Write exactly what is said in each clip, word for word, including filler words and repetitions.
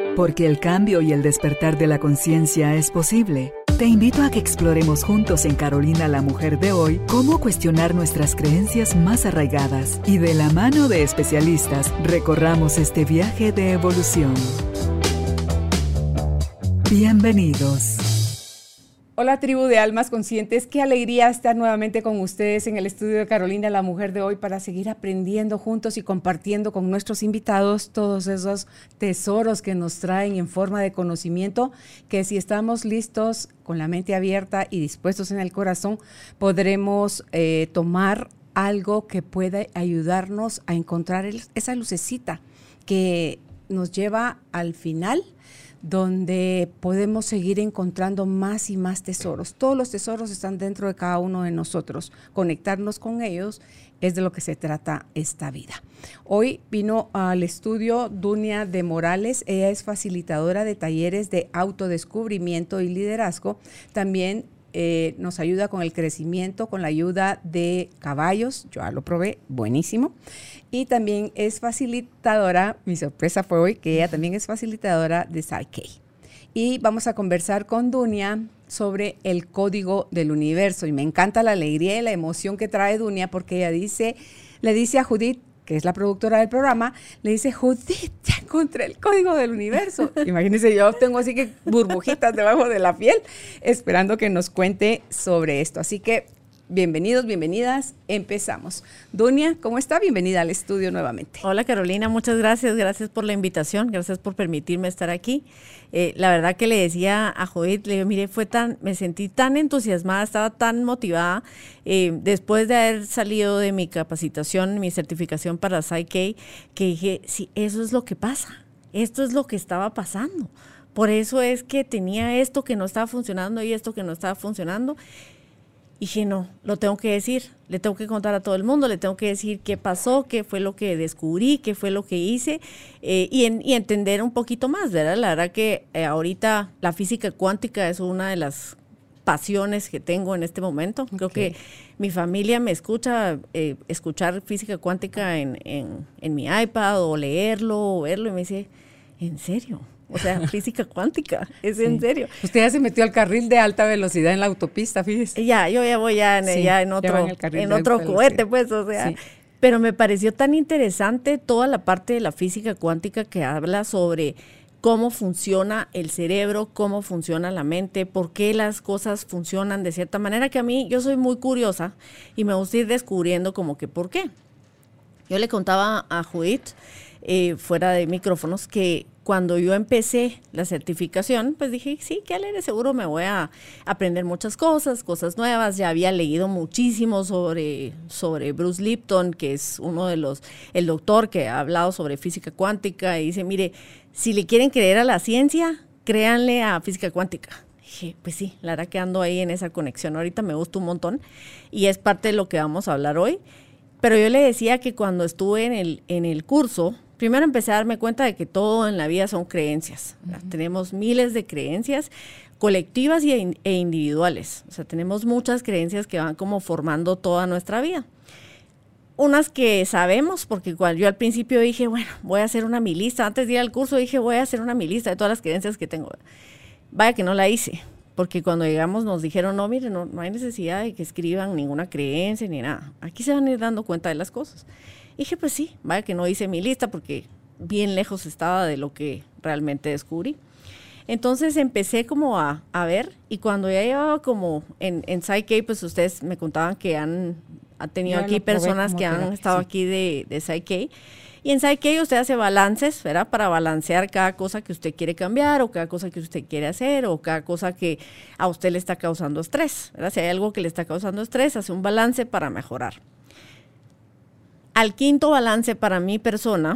Porque el cambio y el despertar de la conciencia es posible. Te invito a que exploremos juntos en Carolina la Mujer de hoy cómo cuestionar nuestras creencias más arraigadas y de la mano de especialistas recorramos este viaje de evolución. Bienvenidos. Hola tribu de almas conscientes, qué alegría estar nuevamente con ustedes en el estudio de Carolina la Mujer de hoy para seguir aprendiendo juntos y compartiendo con nuestros invitados todos esos tesoros que nos traen en forma de conocimiento, que si estamos listos con la mente abierta y dispuestos en el corazón, podremos eh, tomar algo que pueda ayudarnos a encontrar el, esa lucecita que nos lleva al final, donde podemos seguir encontrando más y más tesoros. Todos los tesoros están dentro de cada uno de nosotros. Conectarnos con ellos es de lo que se trata esta vida. Hoy vino al estudio Dunia de Morales. Ella es facilitadora de talleres de autodescubrimiento y liderazgo. También Eh, nos ayuda con el crecimiento, con la ayuda de caballos, yo ya lo probé, buenísimo, y también es facilitadora, mi sorpresa fue hoy que ella también es facilitadora de Psyche. Y vamos a conversar con Dunia sobre el código del universo, y me encanta la alegría y la emoción que trae Dunia, porque ella dice, le dice a Judith, que es la productora del programa, le dice, Judith, ya encontré el código del universo. Imagínense, yo tengo así que burbujitas debajo de la piel, esperando que nos cuente sobre esto. Así que, bienvenidos, bienvenidas, empezamos. Dunia, ¿cómo está? Bienvenida al estudio nuevamente. Hola Carolina, muchas gracias, gracias por la invitación, gracias por permitirme estar aquí. Eh, la verdad que le decía a Judith, le digo, mire, fue tan, me sentí tan entusiasmada, estaba tan motivada, eh, después de haber salido de mi capacitación, mi certificación para Psyche, que dije, sí, eso es lo que pasa, esto es lo que estaba pasando. Por eso es que tenía esto que no estaba funcionando y esto que no estaba funcionando. Y dije, no, lo tengo que decir, le tengo que contar a todo el mundo, le tengo que decir qué pasó, qué fue lo que descubrí, qué fue lo que hice, eh, y, en, y entender un poquito más, ¿verdad? La verdad que eh, ahorita la física cuántica es una de las pasiones que tengo en este momento. Okay. Creo que mi familia me escucha, eh, escuchar física cuántica en, en, en mi iPad o leerlo o verlo y me dice, ¿en serio? O sea, física cuántica, es sí. En serio. Usted ya se metió al carril de alta velocidad en la autopista, fíjese. Ya, yo ya voy ya en, sí, ya en otro, en en otro cohete, pues, o sea. Sí. Pero me pareció tan interesante toda la parte de la física cuántica que habla sobre cómo funciona el cerebro, cómo funciona la mente, por qué las cosas funcionan de cierta manera, que a mí, yo soy muy curiosa y me gusta ir descubriendo como que por qué. Yo le contaba a Judith, eh, fuera de micrófonos, que cuando yo empecé la certificación, pues dije, sí, qué alegre, seguro me voy a aprender muchas cosas, cosas nuevas. Ya había leído muchísimo sobre, sobre Bruce Lipton, que es uno de los, el doctor que ha hablado sobre física cuántica, y dice, mire, si le quieren creer a la ciencia, créanle a física cuántica. Dije, pues sí, la verdad que ando ahí en esa conexión. Ahorita me gusta un montón y es parte de lo que vamos a hablar hoy. Pero yo le decía que cuando estuve en el, en el curso, primero empecé a darme cuenta de que todo en la vida son creencias. Uh-huh. Tenemos miles de creencias colectivas y, e individuales. O sea, tenemos muchas creencias que van como formando toda nuestra vida. Unas que sabemos, porque cuando yo al principio dije, bueno, voy a hacer una mi lista. Antes de ir al curso dije, voy a hacer una mi lista de todas las creencias que tengo. Vaya que no la hice, porque cuando llegamos nos dijeron, no, mire, no, no hay necesidad de que escriban ninguna creencia ni nada. Aquí se van a ir dando cuenta de las cosas. Y dije, pues sí, vaya que no hice mi lista porque bien lejos estaba de lo que realmente descubrí. Entonces empecé como a, a ver, y cuando ya llevaba como en, en Psyche, pues ustedes me contaban que han, han tenido ya aquí personas que han estado sí. aquí de, de Psyche. Y en Psyche usted hace balances, ¿verdad? Para balancear cada cosa que usted quiere cambiar o cada cosa que usted quiere hacer o cada cosa que a usted le está causando estrés, ¿verdad? Si hay algo que le está causando estrés, hace un balance para mejorar. Al quinto balance para mi persona,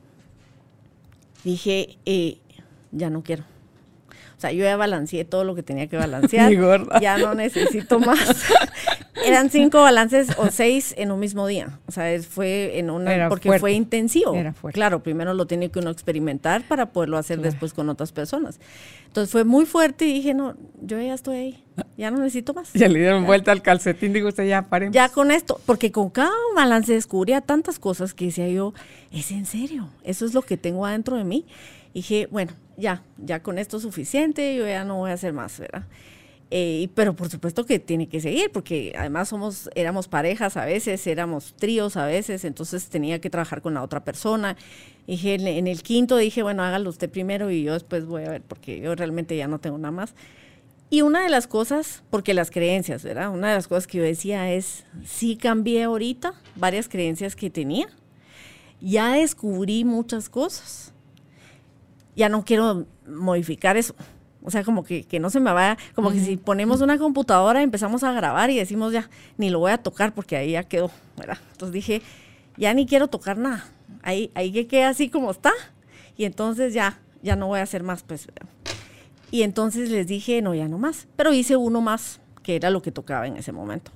dije, eh, ya no quiero. O sea, yo ya balanceé todo lo que tenía que balancear. Mi gorda. Ya no necesito más. Eran cinco balances o seis en un mismo día. O sea, fue en una, Era porque fuerte. fue intensivo. Era fuerte. Claro, primero lo tiene que uno experimentar para poderlo hacer Claro. después con otras personas. Entonces fue muy fuerte y dije, no, yo ya estoy ahí. Ya no necesito más. Ya le dieron ya. vuelta al calcetín, digo usted, ya paremos. Ya con esto, porque con cada balance descubría tantas cosas que decía yo, es en serio, eso es lo que tengo adentro de mí. Y dije, bueno, ya, ya con esto es suficiente, yo ya no voy a hacer más, ¿verdad? Eh, pero por supuesto que tiene que seguir, porque además somos, éramos parejas a veces, éramos tríos a veces, entonces tenía que trabajar con la otra persona. Dije, en el quinto dije, bueno, hágalo usted primero y yo después voy a ver, porque yo realmente ya no tengo nada más. Y una de las cosas, porque las creencias, ¿verdad? Una de las cosas que yo decía es, sí cambié ahorita varias creencias que tenía, ya descubrí muchas cosas, ya no quiero modificar eso. O sea, como que, que no se me vaya, como uh-huh. que si ponemos una computadora, empezamos a grabar y decimos ya, ni lo voy a tocar porque ahí ya quedó, ¿verdad? Entonces dije, ya ni quiero tocar nada, ahí, ahí que queda así como está, y entonces ya, ya no voy a hacer más, pues, ¿verdad? Y entonces les dije, no, ya no más, pero hice uno más, que era lo que tocaba en ese momento.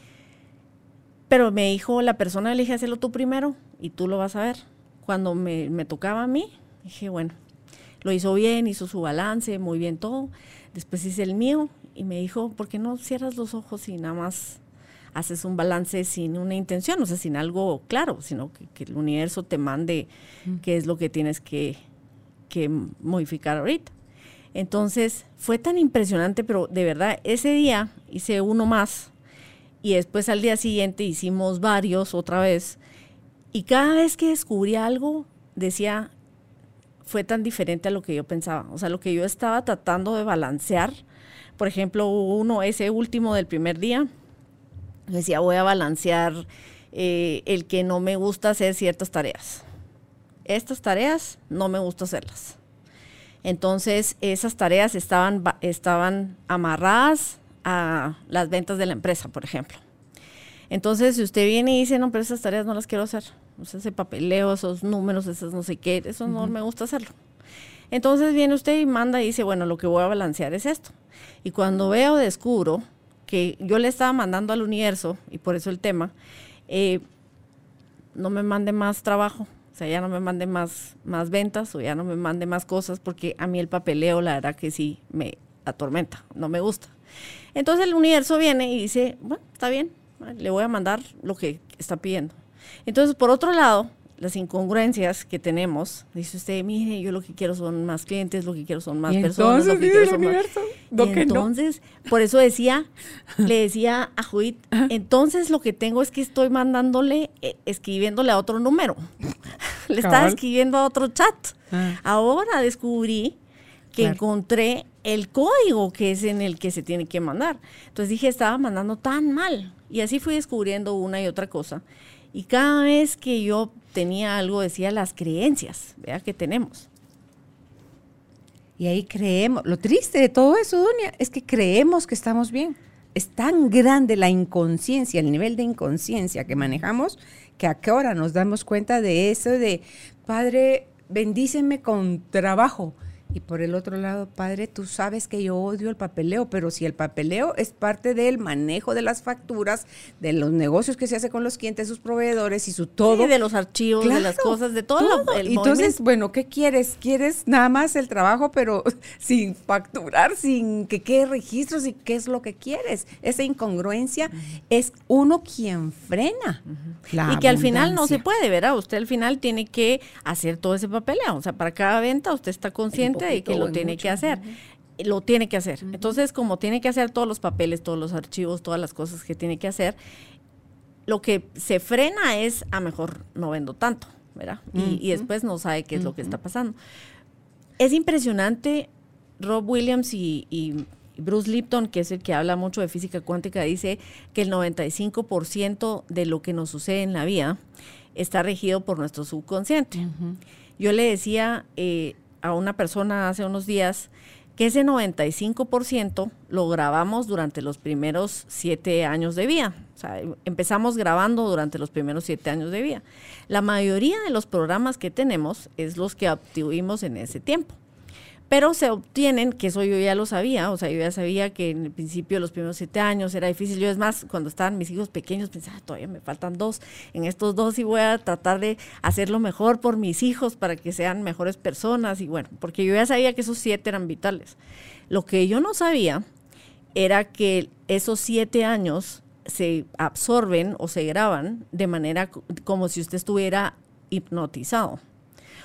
Pero me dijo la persona, le dije, hazlo tú primero y tú lo vas a ver. Cuando me, me tocaba a mí, dije, bueno, lo hizo bien, hizo su balance, muy bien todo. Después hice el mío y me dijo, ¿por qué no cierras los ojos y nada más haces un balance sin una intención? O sea, sin algo claro, sino que, que el universo te mande mm. qué es lo que tienes que, que modificar ahorita. Entonces, fue tan impresionante, pero de verdad, ese día hice uno más y después al día siguiente hicimos varios otra vez. Y cada vez que descubría algo, decía, fue tan diferente a lo que yo pensaba. O sea, lo que yo estaba tratando de balancear, por ejemplo, uno, ese último del primer día, decía, voy a balancear eh, el que no me gusta hacer ciertas tareas. Estas tareas no me gusta hacerlas. Entonces, esas tareas estaban, estaban amarradas a las ventas de la empresa, por ejemplo. Entonces, si usted viene y dice, no, pero esas tareas no las quiero hacer, o sea, ese papeleo, esos números, esas no sé qué, eso no uh-huh. me gusta hacerlo. Entonces, viene usted y manda y dice, bueno, lo que voy a balancear es esto. Y cuando veo, descubro que yo le estaba mandando al universo, y por eso el tema, eh, no me mande más trabajo. O sea, ya no me mande más, más ventas o ya no me mande más cosas, porque a mí el papeleo, la verdad que sí me atormenta, no me gusta. Entonces el universo viene y dice, bueno, está bien, le voy a mandar lo que está pidiendo. Entonces, por otro lado, las incongruencias que tenemos, dice usted, mire, yo lo que quiero son más clientes, lo que quiero son más personas. Lo que quiero son universo, más... Y entonces, no. Por eso decía, le decía a Judith, entonces lo que tengo es que estoy mandándole, eh, escribiéndole a otro número. Le Cabal. Estaba escribiendo a otro chat. Ah. Ahora descubrí que claro. encontré el código que es en el que se tiene que mandar. Entonces dije, estaba mandando tan mal. Y así fui descubriendo una y otra cosa. Y cada vez que yo tenía algo, decía las creencias, ¿verdad? Que tenemos. Y ahí creemos. Lo triste de todo eso, Dunia, es que creemos que estamos bien. Es tan grande la inconsciencia, el nivel de inconsciencia que manejamos, que a qué hora nos damos cuenta de eso de, Padre, bendíceme con trabajo. Y por el otro lado, Padre, tú sabes que yo odio el papeleo, pero si el papeleo es parte del manejo de las facturas, de los negocios que se hace con los clientes, sus proveedores y su todo. Sí, de los archivos, claro, de las cosas, de todo. todo. El Entonces, movimiento. Bueno, ¿qué quieres? ¿Quieres nada más el trabajo, pero sin facturar, sin que quede registros y qué es lo que quieres? Esa incongruencia uh-huh. es uno quien frena uh-huh. la Y que abundancia. Al final no se puede, ¿verdad? Usted al final tiene que hacer todo ese papeleo. O sea, para cada venta usted está consciente de que lo tiene mucho. que hacer, uh-huh. lo tiene que hacer. Uh-huh. Entonces, como tiene que hacer todos los papeles, todos los archivos, todas las cosas que tiene que hacer, lo que se frena es, a mejor no vendo tanto, ¿verdad? Uh-huh. Y, y después no sabe qué es uh-huh. lo que está pasando. Es impresionante, Rob Williams y, y Bruce Lipton, que es el que habla mucho de física cuántica, dice que el noventa y cinco por ciento de lo que nos sucede en la vida está regido por nuestro subconsciente. Uh-huh. Yo le decía eh, a una persona hace unos días que ese noventa y cinco por ciento lo grabamos durante los primeros siete años de vida. O sea, empezamos grabando durante los primeros siete años de vida. La mayoría de los programas que tenemos es los que obtuvimos en ese tiempo. Pero se obtienen, que eso yo ya lo sabía, o sea, yo ya sabía que en el principio de los primeros siete años era difícil. Yo, es más, cuando estaban mis hijos pequeños, pensaba, todavía me faltan dos. En estos dos sí voy a tratar de hacerlo mejor por mis hijos para que sean mejores personas. Y bueno, porque yo ya sabía que esos siete eran vitales. Lo que yo no sabía era que esos siete años se absorben o se graban de manera como si usted estuviera hipnotizado.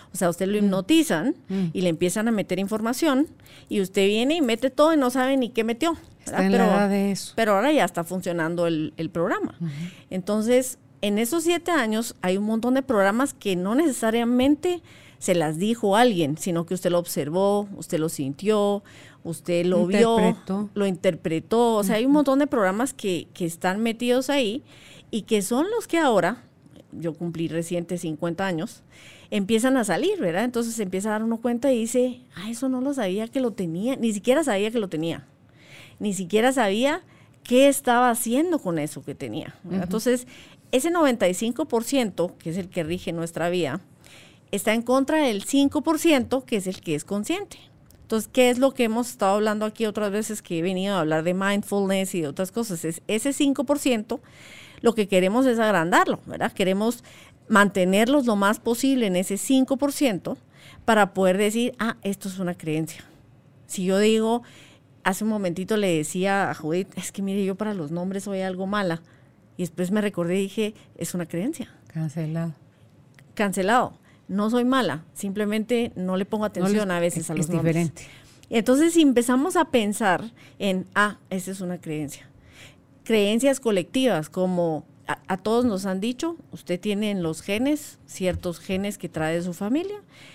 O sea, usted lo hipnotizan mm. y le empiezan a meter información y usted viene y mete todo y no sabe ni qué metió. Está en pero, la edad de eso. Pero ahora ya está funcionando el, el programa. Uh-huh. Entonces, en esos siete años hay un montón de programas que no necesariamente se las dijo alguien, sino que usted lo observó, usted lo sintió, usted lo interpretó. vio, lo interpretó. O sea, uh-huh. hay un montón de programas que, que están metidos ahí y que son los que ahora, yo cumplí reciente cincuenta años, empiezan a salir, ¿verdad? Entonces se empieza a dar uno cuenta y dice, ah, eso no lo sabía que lo tenía, ni siquiera sabía que lo tenía, ni siquiera sabía qué estaba haciendo con eso que tenía. Uh-huh. Entonces, ese noventa y cinco por ciento, que es el que rige nuestra vida, está en contra del cinco por ciento, que es el que es consciente. Entonces, ¿qué es lo que hemos estado hablando aquí otras veces que he venido a hablar de mindfulness y de otras cosas? Es ese cinco por ciento, lo que queremos es agrandarlo, ¿verdad? Queremos mantenerlos lo más posible en ese cinco por ciento para poder decir, ah, esto es una creencia. Si yo digo, hace un momentito le decía a Judith, es que mire, yo para los nombres soy algo mala. Y después me recordé y dije, es una creencia. Cancelado. Cancelado. No soy mala, simplemente no le pongo atención no les, a veces es, a los es nombres. Diferente. Entonces, si empezamos a pensar en, ah, esa es una creencia. Creencias colectivas, como a, a todos nos han dicho, usted tiene en los genes, ciertos genes que trae de su familia,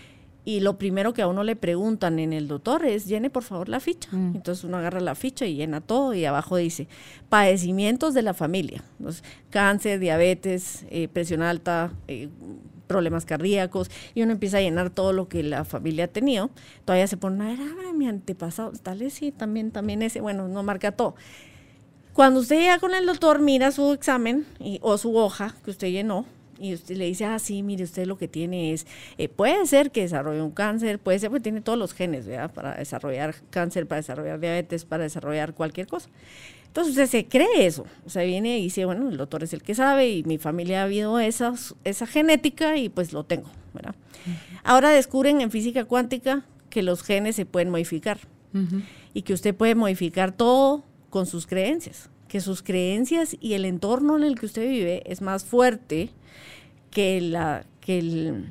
y lo primero que a uno le preguntan en el doctor es, llene por favor la ficha. Mm. Entonces uno agarra la ficha y llena todo, y abajo dice, padecimientos de la familia. Entonces, cáncer, diabetes, eh, presión alta, eh, problemas cardíacos, y uno empieza a llenar todo lo que la familia ha tenido. Todavía se pone, a ver, ah, mi antepasado, tal vez sí, también, también ese, bueno, no marca todo. Cuando usted llega con el doctor, mira su examen y, o su hoja que usted llenó, y usted le dice, ah, sí, mire, usted lo que tiene es, eh, puede ser que desarrolle un cáncer, puede ser, porque tiene todos los genes, ¿verdad? Para desarrollar cáncer, para desarrollar diabetes, para desarrollar cualquier cosa. Entonces usted se cree eso, o sea, viene y dice, bueno, el doctor es el que sabe y mi familia ha habido esa, esa genética y pues lo tengo, ¿verdad? Uh-huh. Ahora descubren en física cuántica que los genes se pueden modificar uh-huh. y que usted puede modificar todo con sus creencias, que sus creencias y el entorno en el que usted vive es más fuerte que, la, que, el,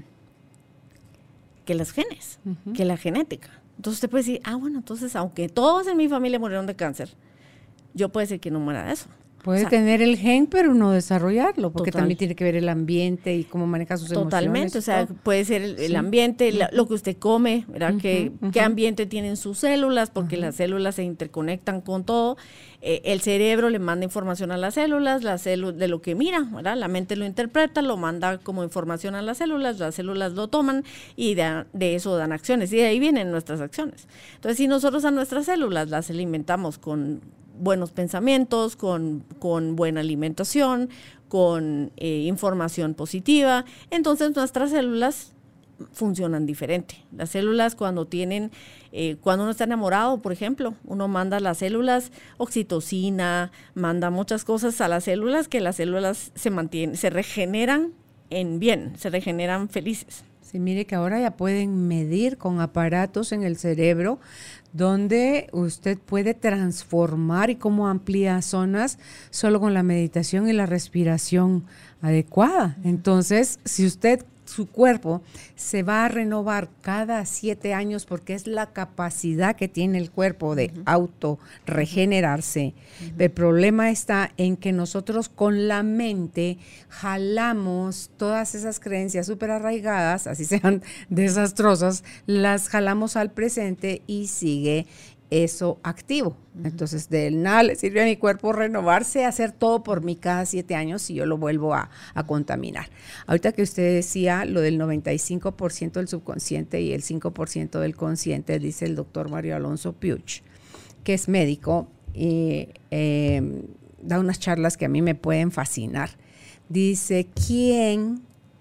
que los genes, uh-huh. que la genética. Entonces usted puede decir, ah, bueno, entonces aunque todos en mi familia murieron de cáncer, yo puede ser que no muera de eso. Puede o sea, tener el gen, pero no desarrollarlo, porque total. También tiene que ver el ambiente y cómo maneja sus Totalmente, emociones. Totalmente, o sea, todo. Puede ser el, el sí. ambiente, la, lo que usted come, ¿verdad? Uh-huh, que, uh-huh. ¿Qué ambiente tienen sus células? Porque uh-huh. las células se interconectan con todo. Eh, el cerebro le manda información a las células, las células de lo que mira, ¿verdad? La mente lo interpreta, lo manda como información a las células, las células lo toman y de, de eso dan acciones. Y de ahí vienen nuestras acciones. Entonces, si nosotros a nuestras células las alimentamos con buenos pensamientos, con, con buena alimentación, con eh, información positiva, entonces nuestras células funcionan diferente. Las células cuando tienen, eh, cuando uno está enamorado, por ejemplo, uno manda a las células oxitocina, manda muchas cosas a las células que las células se mantienen, se regeneran en bien, se regeneran felices. Sí, mire que ahora ya pueden medir con aparatos en el cerebro donde usted puede transformar y cómo amplía zonas solo con la meditación y la respiración adecuada. Entonces, si usted, su cuerpo se va a renovar cada siete años porque es la capacidad que tiene el cuerpo de uh-huh. autorregenerarse. Uh-huh. El problema está en que nosotros con la mente jalamos todas esas creencias súper arraigadas, así sean desastrosas, las jalamos al presente y sigue eso activo. Uh-huh. Entonces, de nada le sirve a mi cuerpo renovarse, hacer todo por mí cada siete años si yo lo vuelvo a, a contaminar. Ahorita que usted decía lo del noventa y cinco por ciento del subconsciente y el cinco por ciento del consciente, dice el doctor Mario Alonso Puig, que es médico y eh, da unas charlas que a mí me pueden fascinar. Dice, ¿quién,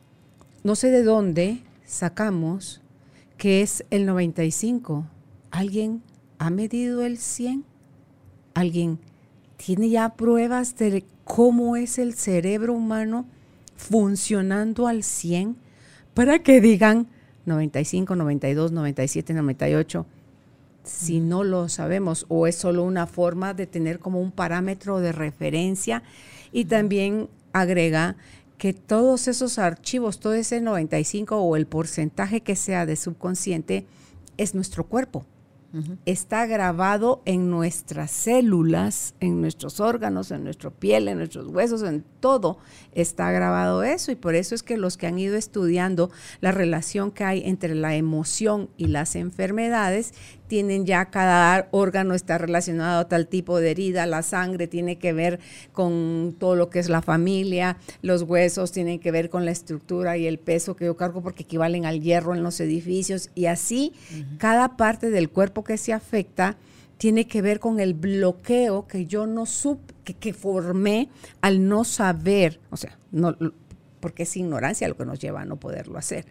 no sé de dónde sacamos que es el noventa y cinco? ¿Alguien ha medido el cien? ¿Alguien tiene ya pruebas de cómo es el cerebro humano funcionando al cien para que digan noventa y cinco, noventa y dos, noventa y siete, noventa y ocho? Si no lo sabemos, o es solo una forma de tener como un parámetro de referencia. Y también agrega que todos esos archivos, todo ese noventa y cinco o el porcentaje que sea de subconsciente es nuestro cuerpo. Uh-huh. Está grabado en nuestras células, en nuestros órganos, en nuestra piel, en nuestros huesos, en todo está grabado eso, y por eso es que los que han ido estudiando la relación que hay entre la emoción y las enfermedades, tienen ya cada órgano está relacionado a tal tipo de herida, la sangre tiene que ver con todo lo que es la familia, los huesos tienen que ver con la estructura y el peso que yo cargo porque equivalen al hierro en los edificios, y así uh-huh. cada parte del cuerpo que se afecta tiene que ver con el bloqueo que yo no supe, que, que formé al no saber, o sea, no, porque es ignorancia lo que nos lleva a no poderlo hacer.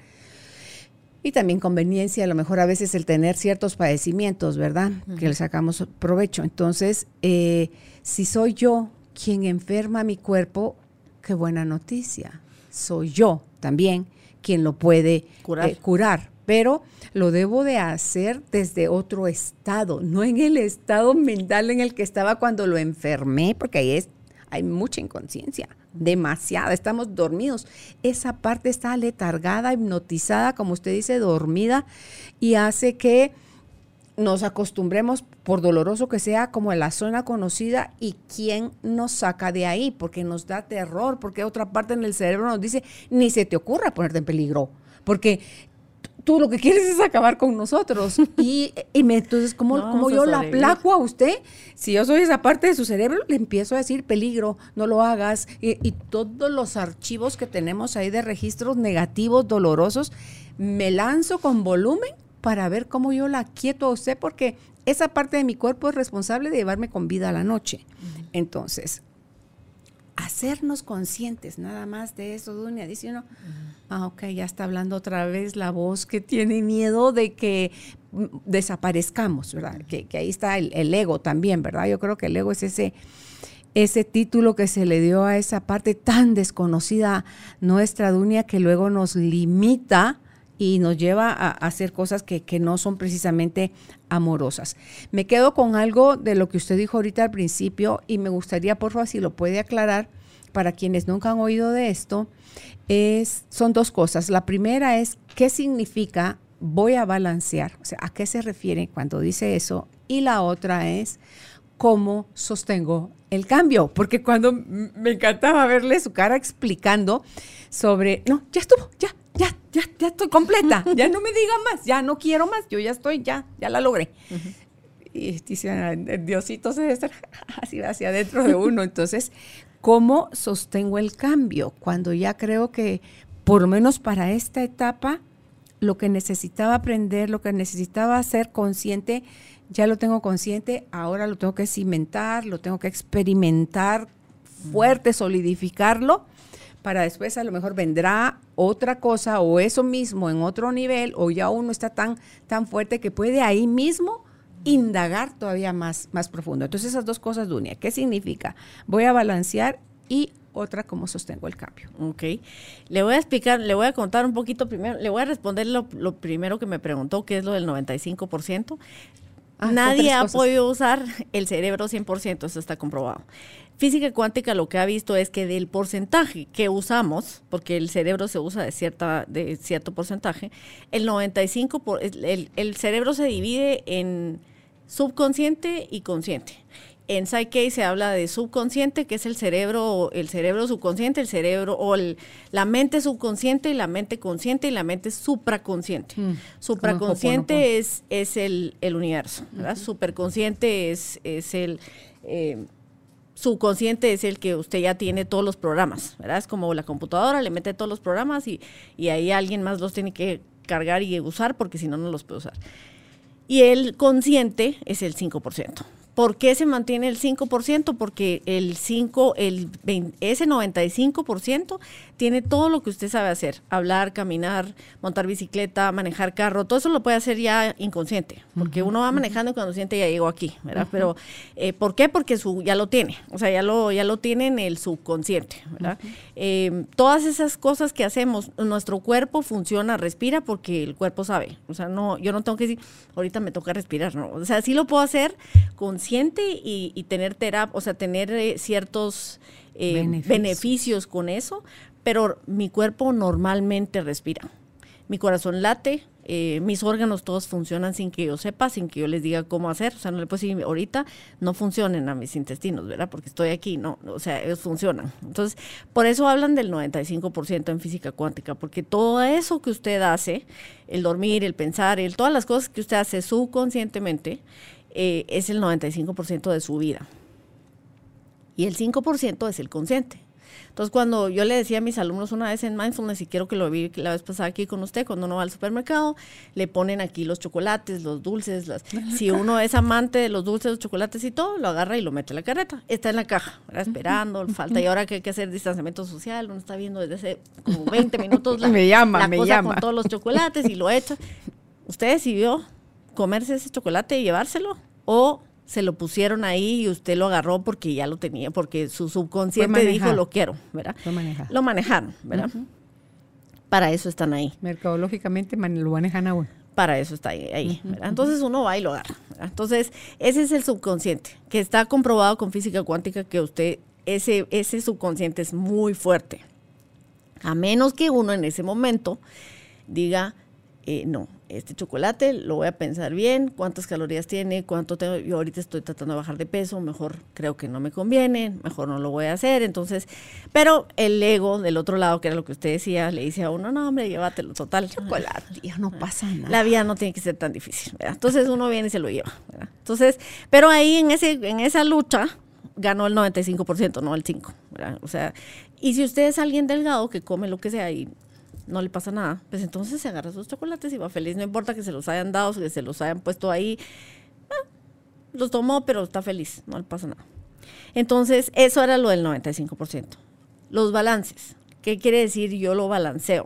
Y también conveniencia, a lo mejor a veces el tener ciertos padecimientos, ¿verdad? Uh-huh. Que le sacamos provecho. Entonces, eh, si soy yo quien enferma mi cuerpo, qué buena noticia. Soy yo también quien lo puede curar. Eh, curar. Pero lo debo de hacer desde otro estado, no en el estado mental en el que estaba cuando lo enfermé, porque ahí es, hay mucha inconsciencia, demasiada, estamos dormidos. Esa parte está letargada, hipnotizada, como usted dice, dormida, y hace que nos acostumbremos, por doloroso que sea, como en la zona conocida, y quién nos saca de ahí, porque nos da terror, porque otra parte en el cerebro nos dice, ni se te ocurra ponerte en peligro, porque tú lo que quieres es acabar con nosotros. Y, y me, entonces, ¿cómo, no, ¿cómo yo la aplaco a usted? Si yo soy esa parte de su cerebro, le empiezo a decir peligro, no lo hagas. Y, y todos los archivos que tenemos ahí de registros negativos, dolorosos, me lanzo con volumen para ver cómo yo la quieto a usted, porque esa parte de mi cuerpo es responsable de llevarme con vida a la noche. Uh-huh. Entonces, hacernos conscientes nada más de eso, Dunia, dice uno, uh-huh. ah, ok, ya está hablando otra vez la voz que tiene miedo de que desaparezcamos, ¿verdad? Uh-huh. Que, que ahí está el, el ego también, ¿verdad? Yo creo que el ego es ese, ese título que se le dio a esa parte tan desconocida nuestra, Dunia, que luego nos limita y nos lleva a hacer cosas que, que no son precisamente amorosas. Me quedo con algo de lo que usted dijo ahorita al principio, y me gustaría, por favor, si lo puede aclarar para quienes nunca han oído de esto. Es, son dos cosas. La primera es, ¿qué significa voy a balancear? O sea, ¿a qué se refiere cuando dice eso? Y la otra es, ¿cómo sostengo el cambio? Porque cuando me encantaba verle su cara explicando sobre, no, ya estuvo, ya, ya, ya, ya estoy completa, ya no me diga más, ya no quiero más, yo ya estoy, ya, ya la logré. Uh-huh. Y dice, el Diosito se debe estar así hacia adentro de uno. Entonces, ¿cómo sostengo el cambio? Cuando ya creo que, por lo menos para esta etapa, lo que necesitaba aprender, lo que necesitaba ser consciente, ya lo tengo consciente, ahora lo tengo que cimentar, lo tengo que experimentar fuerte, solidificarlo, para después a lo mejor vendrá otra cosa o eso mismo en otro nivel, o ya uno está tan, tan fuerte que puede ahí mismo indagar todavía más, más profundo. Entonces esas dos cosas, Dunia, ¿qué significa? Voy a balancear, y otra, cómo sostengo el cambio. Ok, le voy a explicar, le voy a contar un poquito primero, le voy a responder lo, lo primero que me preguntó, que es lo del noventa y cinco por ciento. Ah, nadie ha podido usar el cerebro cien por ciento, eso está comprobado. Física cuántica lo que ha visto es que del porcentaje que usamos, porque el cerebro se usa de cierta de cierto porcentaje, el noventa y cinco por ciento, el, el cerebro se divide en subconsciente y consciente. En Psyche se habla de subconsciente, que es el cerebro, el cerebro subconsciente, el cerebro o el, la mente subconsciente y la mente consciente y la mente supraconsciente. Mm, Supraconsciente es, es el, el universo, ¿verdad? Uh-huh. Superconsciente es, es el eh, subconsciente es el que usted ya tiene todos los programas, ¿verdad? Es como la computadora, le mete todos los programas y, y ahí alguien más los tiene que cargar y usar, porque si no, no los puede usar. Y el consciente es el cinco por ciento. ¿Por qué se mantiene el cinco por ciento? Porque el cinco, el veinte, ese noventa y cinco por ciento tiene todo lo que usted sabe hacer. Hablar, caminar, montar bicicleta, manejar carro, todo eso lo puede hacer ya inconsciente. Porque uh-huh. uno va manejando y cuando siente ya llegó aquí, ¿verdad? Uh-huh. Pero, eh, ¿por qué? Porque su, ya lo tiene. O sea, ya lo, ya lo tiene en el subconsciente, ¿verdad? Uh-huh. Eh, todas esas cosas que hacemos, nuestro cuerpo funciona, respira porque el cuerpo sabe. O sea, no, yo no tengo que decir, ahorita me toca respirar, ¿no? O sea, sí lo puedo hacer consciente y, y tener terapia, o sea, tener eh, ciertos eh, beneficios. beneficios con eso, pero mi cuerpo normalmente respira. Mi corazón late, eh, mis órganos todos funcionan sin que yo sepa, sin que yo les diga cómo hacer. O sea, no le puedo decir ahorita no funcionen a mis intestinos, ¿verdad? Porque estoy aquí, no, o sea, ellos funcionan. Entonces, por eso hablan del noventa y cinco por ciento en física cuántica, porque todo eso que usted hace, el dormir, el pensar, el, todas las cosas que usted hace subconscientemente, eh, es el noventa y cinco por ciento de su vida. Y el cinco por ciento es el consciente. Entonces, cuando yo le decía a mis alumnos una vez en Mindfulness, y quiero que lo vi la vez pasada aquí con usted, cuando uno va al supermercado, le ponen aquí los chocolates, los dulces, las, si uno es amante de los dulces, los chocolates y todo, lo agarra y lo mete en la carreta. Está en la caja, ¿verdad? Esperando, falta, y ahora que hay que hacer distanciamiento social, uno está viendo desde hace como veinte minutos la, me llama, la me cosa llama. con todos los chocolates y lo echa. ¿Usted decidió comerse ese chocolate y llevárselo? ¿O se lo pusieron ahí y usted lo agarró porque ya lo tenía, porque su subconsciente dijo lo quiero, ¿verdad? Lo manejaron. Lo manejaron, ¿verdad? Uh-huh. Para eso están ahí. Mercadológicamente lo manejan a uno. Para eso está ahí, ahí ¿verdad? Entonces uno va y lo agarra, ¿verdad? Entonces ese es el subconsciente, que está comprobado con física cuántica que usted, ese, ese subconsciente es muy fuerte. A menos que uno en ese momento diga, eh, no, este chocolate lo voy a pensar bien, cuántas calorías tiene, cuánto tengo, yo ahorita estoy tratando de bajar de peso, mejor creo que no me conviene, mejor no lo voy a hacer, entonces, pero el ego del otro lado, que era lo que usted decía, le dice a uno, no hombre, llévatelo, total. Chocolate, ya no pasa nada. La vida no tiene que ser tan difícil, ¿verdad? Entonces uno viene y se lo lleva, ¿verdad? Entonces, pero ahí en ese, en esa lucha ganó el noventa y cinco por ciento, no el cinco por ciento, ¿verdad? O sea, y si usted es alguien delgado que come lo que sea y no le pasa nada, pues entonces se agarra sus chocolates y va feliz, no importa que se los hayan dado, que se los hayan puesto ahí, eh, los tomó, pero está feliz, no le pasa nada. Entonces, eso era lo del noventa y cinco por ciento. Los balances, ¿qué quiere decir? Yo lo balanceo.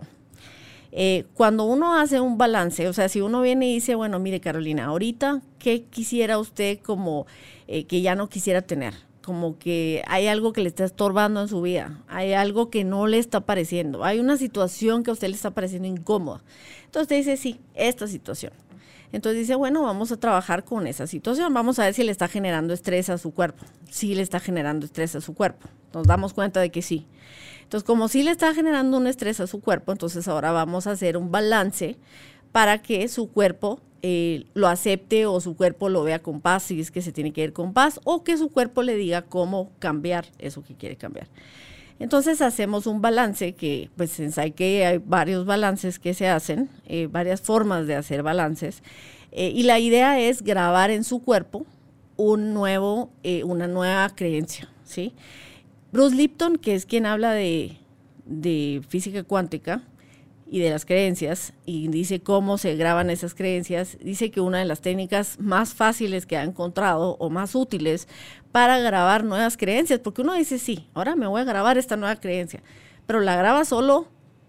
Eh, cuando uno hace un balance, o sea, si uno viene y dice, bueno, mire Carolina, ahorita, ¿qué quisiera usted como eh, que ya no quisiera tener? Como que hay algo que le está estorbando en su vida, hay algo que no le está pareciendo, hay una situación que a usted le está pareciendo incómoda. Entonces usted dice, sí, esta situación. Entonces dice, bueno, vamos a trabajar con esa situación, vamos a ver si le está generando estrés a su cuerpo. Sí le está generando estrés a su cuerpo, nos damos cuenta de que sí. Entonces, como sí le está generando un estrés a su cuerpo, entonces ahora vamos a hacer un balance para que su cuerpo Eh, lo acepte o su cuerpo lo vea con paz, si es que se tiene que ir con paz, o que su cuerpo le diga cómo cambiar eso que quiere cambiar. Entonces hacemos un balance que, pues en Psyche hay varios balances que se hacen, eh, varias formas de hacer balances, eh, y la idea es grabar en su cuerpo un nuevo, eh, una nueva creencia, ¿sí? Bruce Lipton, que es quien habla de, de física cuántica, y de las creencias, y dice cómo se graban esas creencias, dice que una de las técnicas más fáciles que ha encontrado o más útiles para grabar nuevas creencias, porque uno dice, sí, ahora me voy a grabar esta nueva creencia, pero la graba solo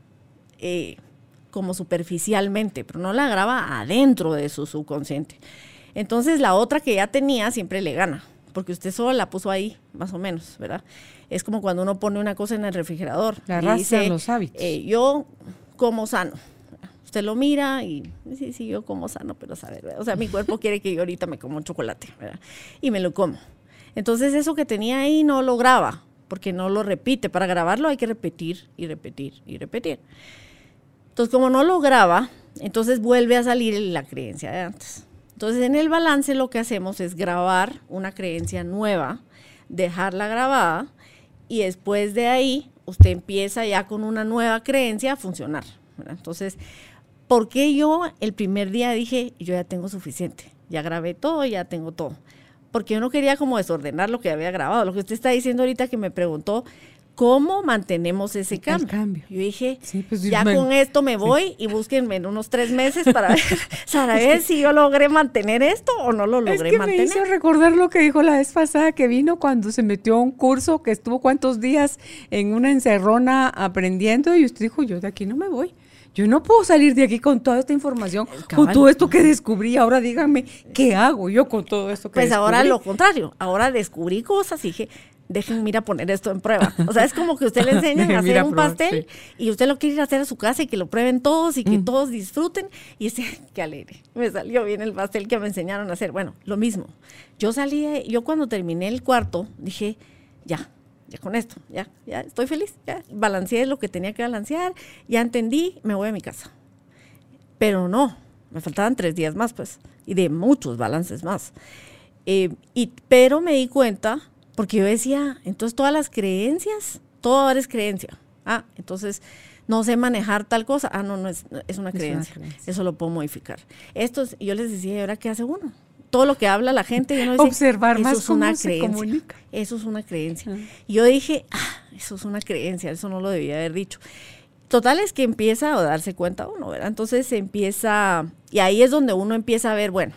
eh, como superficialmente, pero no la graba adentro de su subconsciente. Entonces la otra que ya tenía siempre le gana, porque usted solo la puso ahí, más o menos, ¿verdad? Es como cuando uno pone una cosa en el refrigerador. La arrastra en los hábitos. Eh, yo como sano. Usted lo mira y sí, sí, yo como sano, pero sabe, ¿verdad? O sea, mi cuerpo quiere que yo ahorita me como un chocolate, ¿verdad? Y me lo como. Entonces eso que tenía ahí no lo graba, porque no lo repite. Para grabarlo hay que repetir y repetir y repetir. Entonces, como no lo graba, entonces vuelve a salir la creencia de antes. Entonces, en el balance lo que hacemos es grabar una creencia nueva, dejarla grabada, y después de ahí usted empieza ya con una nueva creencia a funcionar, ¿verdad? Entonces, ¿por qué yo el primer día dije, yo ya tengo suficiente? Ya grabé todo, ya tengo todo. Porque yo no quería como desordenar lo que había grabado. Lo que usted está diciendo ahorita que me preguntó, ¿cómo mantenemos ese cambio? cambio. Yo dije, sí, pues, ya me... con esto me voy sí. y búsquenme en unos tres meses para ver, para ver si yo logré mantener esto o no lo logré es que mantener. Me hizo recordar lo que dijo la vez pasada que vino cuando se metió a un curso que estuvo cuántos días en una encerrona aprendiendo y usted dijo, yo de aquí no me voy. Yo no puedo salir de aquí con toda esta información, Cabal. con todo esto que descubrí. Ahora díganme, ¿qué hago yo con todo esto que pues descubrí? Pues ahora lo contrario, ahora descubrí cosas y dije, déjenme ir a poner esto en prueba. O sea, es como que usted le enseñan a hacer un probar, pastel sí. y usted lo quiere ir a hacer a su casa y que lo prueben todos y que mm. todos disfruten. Y ese, qué alegre, me salió bien el pastel que me enseñaron a hacer. Bueno, lo mismo. Yo salí, yo cuando terminé el cuarto, dije, ya, ya con esto, ya, ya estoy feliz, ya balanceé lo que tenía que balancear, ya entendí, me voy a mi casa. Pero no, me faltaban tres días más, pues, y de muchos balances más. Eh, y, pero me di cuenta, porque yo decía, entonces todas las creencias, todo ahora es creencia. Ah, entonces no sé manejar tal cosa. Ah, no, no es, es una creencia. Es una creencia. Eso lo puedo modificar. Esto es, yo les decía, ¿y ahora qué hace uno? Todo lo que habla la gente, yo no decía, observar más es cómo una se creencia. comunica. Eso es una creencia. Uh-huh. Y yo dije, ah, eso es una creencia, eso no lo debía haber dicho. Total es que empieza a darse cuenta uno, ¿verdad? Entonces se empieza, y ahí es donde uno empieza a ver, bueno,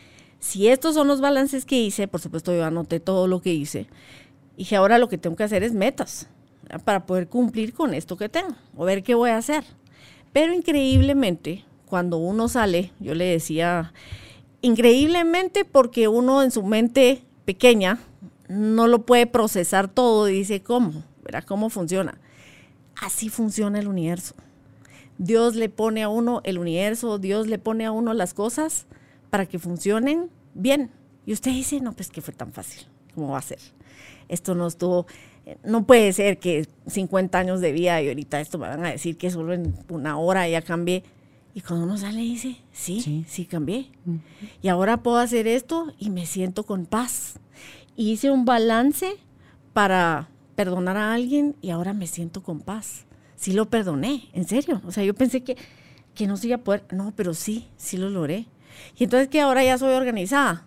si estos son los balances que hice, por supuesto yo anoté todo lo que hice, y que ahora lo que tengo que hacer es metas, ¿verdad? Para poder cumplir con esto que tengo, o ver qué voy a hacer. Pero increíblemente, cuando uno sale, yo le decía, increíblemente porque uno en su mente pequeña no lo puede procesar todo y dice, ¿cómo? ¿Verdad? ¿Cómo funciona? Así funciona el universo. Dios le pone a uno el universo, Dios le pone a uno las cosas para que funcionen bien. Y usted dice, no, pues que fue tan fácil, ¿cómo va a ser? Esto no estuvo, no puede ser que cincuenta años de vida y ahorita esto me van a decir que solo en una hora ya cambié. Y cuando uno sale dice, sí, sí, sí cambié. Uh-huh. Y ahora puedo hacer esto y me siento con paz. Y hice un balance para perdonar a alguien y ahora me siento con paz. Sí lo perdoné, en serio. O sea, yo pensé que, que no se iba a poder. No, pero sí, sí lo logré. Y entonces que ahora ya soy organizada.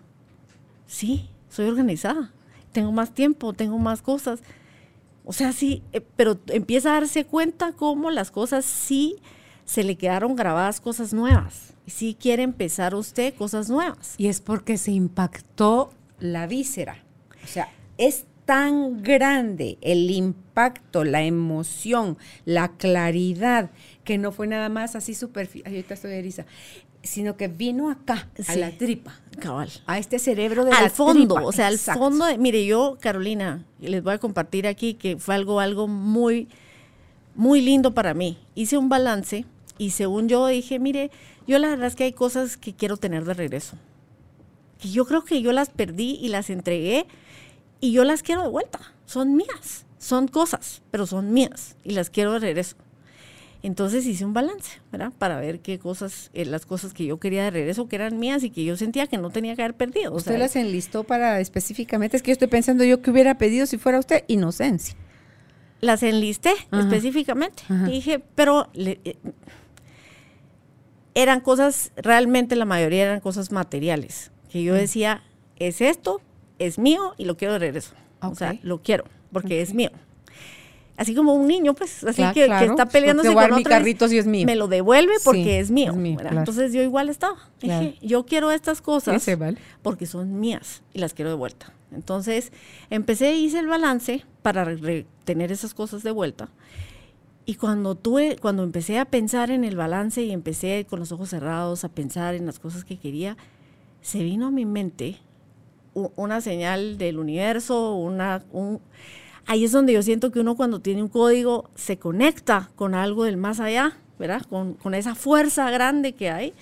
Sí, soy organizada. Tengo más tiempo, tengo más cosas. O sea, sí, eh, pero empieza a darse cuenta cómo las cosas sí se le quedaron grabadas cosas nuevas. Y sí quiere empezar usted cosas nuevas. Y es porque se impactó la víscera. O sea, es tan grande el impacto, la emoción, la claridad, que no fue nada más así superficial, ahorita estoy eriza, sino que vino acá, sí, a la tripa, cabal, a este cerebro de al la fondo, tripa. O sea, Exacto. al fondo, de, mire, yo, Carolina, les voy a compartir aquí que fue algo, algo muy, muy lindo para mí. Hice un balance y según yo dije, mire, yo la verdad es que hay cosas que quiero tener de regreso, que yo creo que yo las perdí y las entregué, y yo las quiero de vuelta, son mías, son cosas, pero son mías y las quiero de regreso. Entonces hice un balance, ¿verdad? Para ver qué cosas, eh, las cosas que yo quería de regreso, que eran mías y que yo sentía que no tenía que haber perdido. ¿Usted o sea, las enlistó para específicamente? Es que yo estoy pensando yo que hubiera pedido si fuera usted inocencia. Las enlisté, ajá, específicamente. Ajá. Dije, pero le, eh, eran cosas, realmente la mayoría eran cosas materiales, que yo decía, es esto, es mío y lo quiero de regreso. Okay. O sea, lo quiero porque okay. es mío. Así como un niño, pues, así claro, que, claro. que está peleándose con otro. Mi carrito sí es mío. Me lo devuelve porque sí, es mío. Es mío claro. Entonces yo igual estaba. Claro. Dije, yo quiero estas cosas sí, vale. porque son mías y las quiero de vuelta. Entonces empecé, hice el balance para tener esas cosas de vuelta. Y cuando tuve, cuando empecé a pensar en el balance y empecé con los ojos cerrados a pensar en las cosas que quería, se vino a mi mente una señal del universo, una, un, ahí es donde yo siento que uno cuando tiene un código se conecta con algo del más allá, ¿verdad? Con, con esa fuerza grande que hay.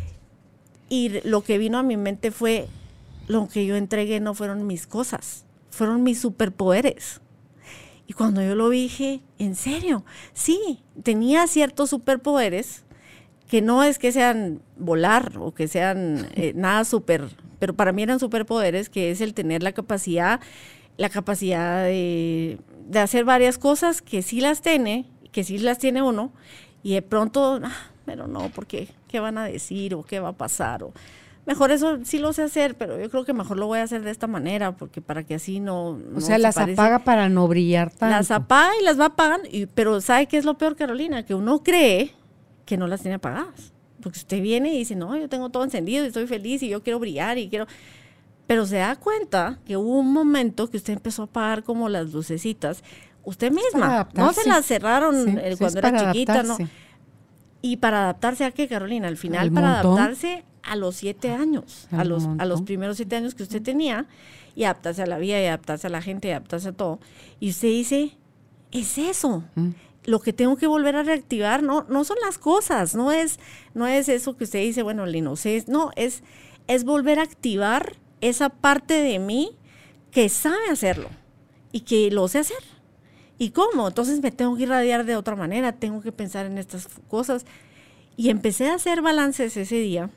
Y lo que vino a mi mente fue, lo que yo entregué no fueron mis cosas, fueron mis superpoderes. Y cuando yo lo vi dije, ¿en serio? Sí, tenía ciertos superpoderes que no es que sean volar o que sean eh, nada súper, pero para mí eran superpoderes, que es el tener la capacidad, la capacidad de, de hacer varias cosas que sí las tiene, que sí las tiene uno, y de pronto, ah, pero no, porque ¿qué van a decir o qué va a pasar? O, mejor eso sí lo sé hacer, pero yo creo que mejor lo voy a hacer de esta manera, porque para que así no... O no sea, las parece. Apaga para no brillar tanto. Las apaga y las va apagando, y, pero ¿sabe qué es lo peor, Carolina? Que uno cree que no las tiene apagadas. Porque usted viene y dice, no, yo tengo todo encendido y estoy feliz y yo quiero brillar y quiero... Pero se da cuenta que hubo un momento que usted empezó a apagar como las lucecitas, usted misma, no se las cerraron sí, eh, cuando era chiquita, ¿no? Y para adaptarse a qué, Carolina, al final ¿Al para montón? Adaptarse a los siete años, a los, a los primeros siete años que usted tenía, y adaptarse a la vida, y adaptarse a la gente, y adaptarse a todo. Y usted dice, es eso. Mm. Lo que tengo que volver a reactivar no, no son las cosas, no es, no es eso que usted dice, bueno, la inocencia, no, es, es volver a activar esa parte de mí que sabe hacerlo, y que lo sé hacer. ¿Y cómo? Entonces me tengo que irradiar de otra manera, tengo que pensar en estas cosas. Y empecé a hacer balances ese día.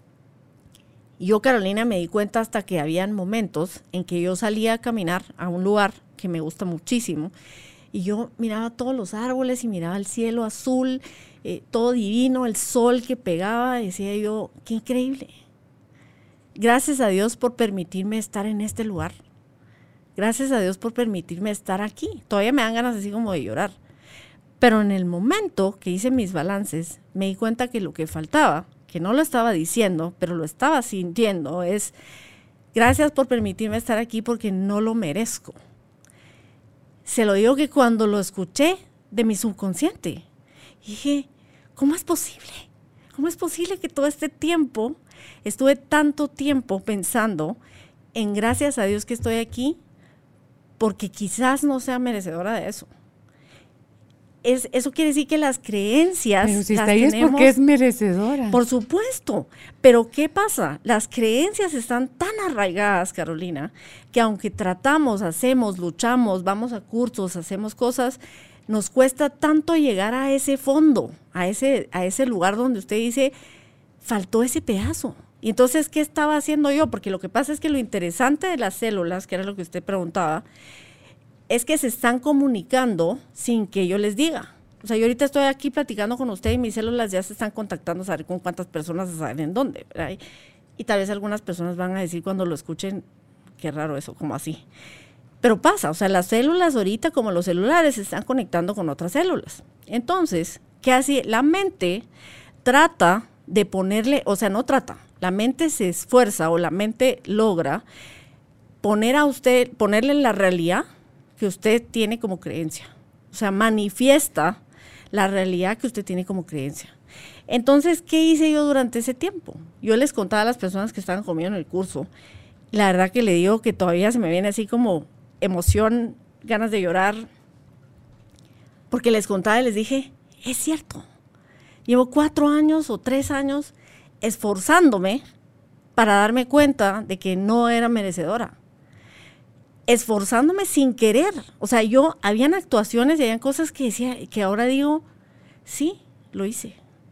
Yo, Carolina, me di cuenta hasta que habían momentos en que yo salía a caminar a un lugar que me gusta muchísimo y yo miraba todos los árboles y miraba el cielo azul, eh, todo divino, el sol que pegaba, y decía yo, qué increíble. Gracias a Dios por permitirme estar en este lugar. Gracias a Dios por permitirme estar aquí. Todavía me dan ganas así como de llorar. Pero en el momento que hice mis balances, me di cuenta que lo que faltaba, que no lo estaba diciendo, pero lo estaba sintiendo, es gracias por permitirme estar aquí porque no lo merezco. Se lo digo que cuando lo escuché de mi subconsciente, dije, ¿cómo es posible? ¿Cómo es posible que todo este tiempo, estuve tanto tiempo pensando en gracias a Dios que estoy aquí, porque quizás no sea merecedora de eso? Es, eso quiere decir que las creencias pero si las está ahí tenemos, es porque es merecedora. Por supuesto, pero ¿qué pasa? Las creencias están tan arraigadas, Carolina, que aunque tratamos, hacemos, luchamos, vamos a cursos, hacemos cosas, nos cuesta tanto llegar a ese fondo, a ese, a ese lugar donde usted dice, faltó ese pedazo. Y entonces, ¿qué estaba haciendo yo? Porque lo que pasa es que lo interesante de las células, que era lo que usted preguntaba, es que se están comunicando sin que yo les diga. O sea, yo ahorita estoy aquí platicando con usted y mis células ya se están contactando a saber con cuántas personas, a saber en dónde, ¿verdad? Y, y tal vez algunas personas van a decir cuando lo escuchen, qué raro eso, como así. Pero pasa, o sea, las células ahorita, como los celulares, se están conectando con otras células. Entonces, ¿qué hace? La mente trata de ponerle, o sea, no trata, la mente se esfuerza o la mente logra poner a usted, ponerle en la realidad que usted tiene como creencia. O sea, manifiesta la realidad que usted tiene como creencia. Entonces, ¿qué hice yo durante ese tiempo? Yo les contaba a las personas que estaban conmigo en el curso, la verdad que le digo que todavía se me viene así como emoción, ganas de llorar, porque les contaba y les dije, es cierto, llevo cuatro años o tres años esforzándome para darme cuenta de que no era merecedora. Esforzándome sin querer. O sea, yo, habían actuaciones y habían cosas que decía, que ahora digo, sí, lo hice.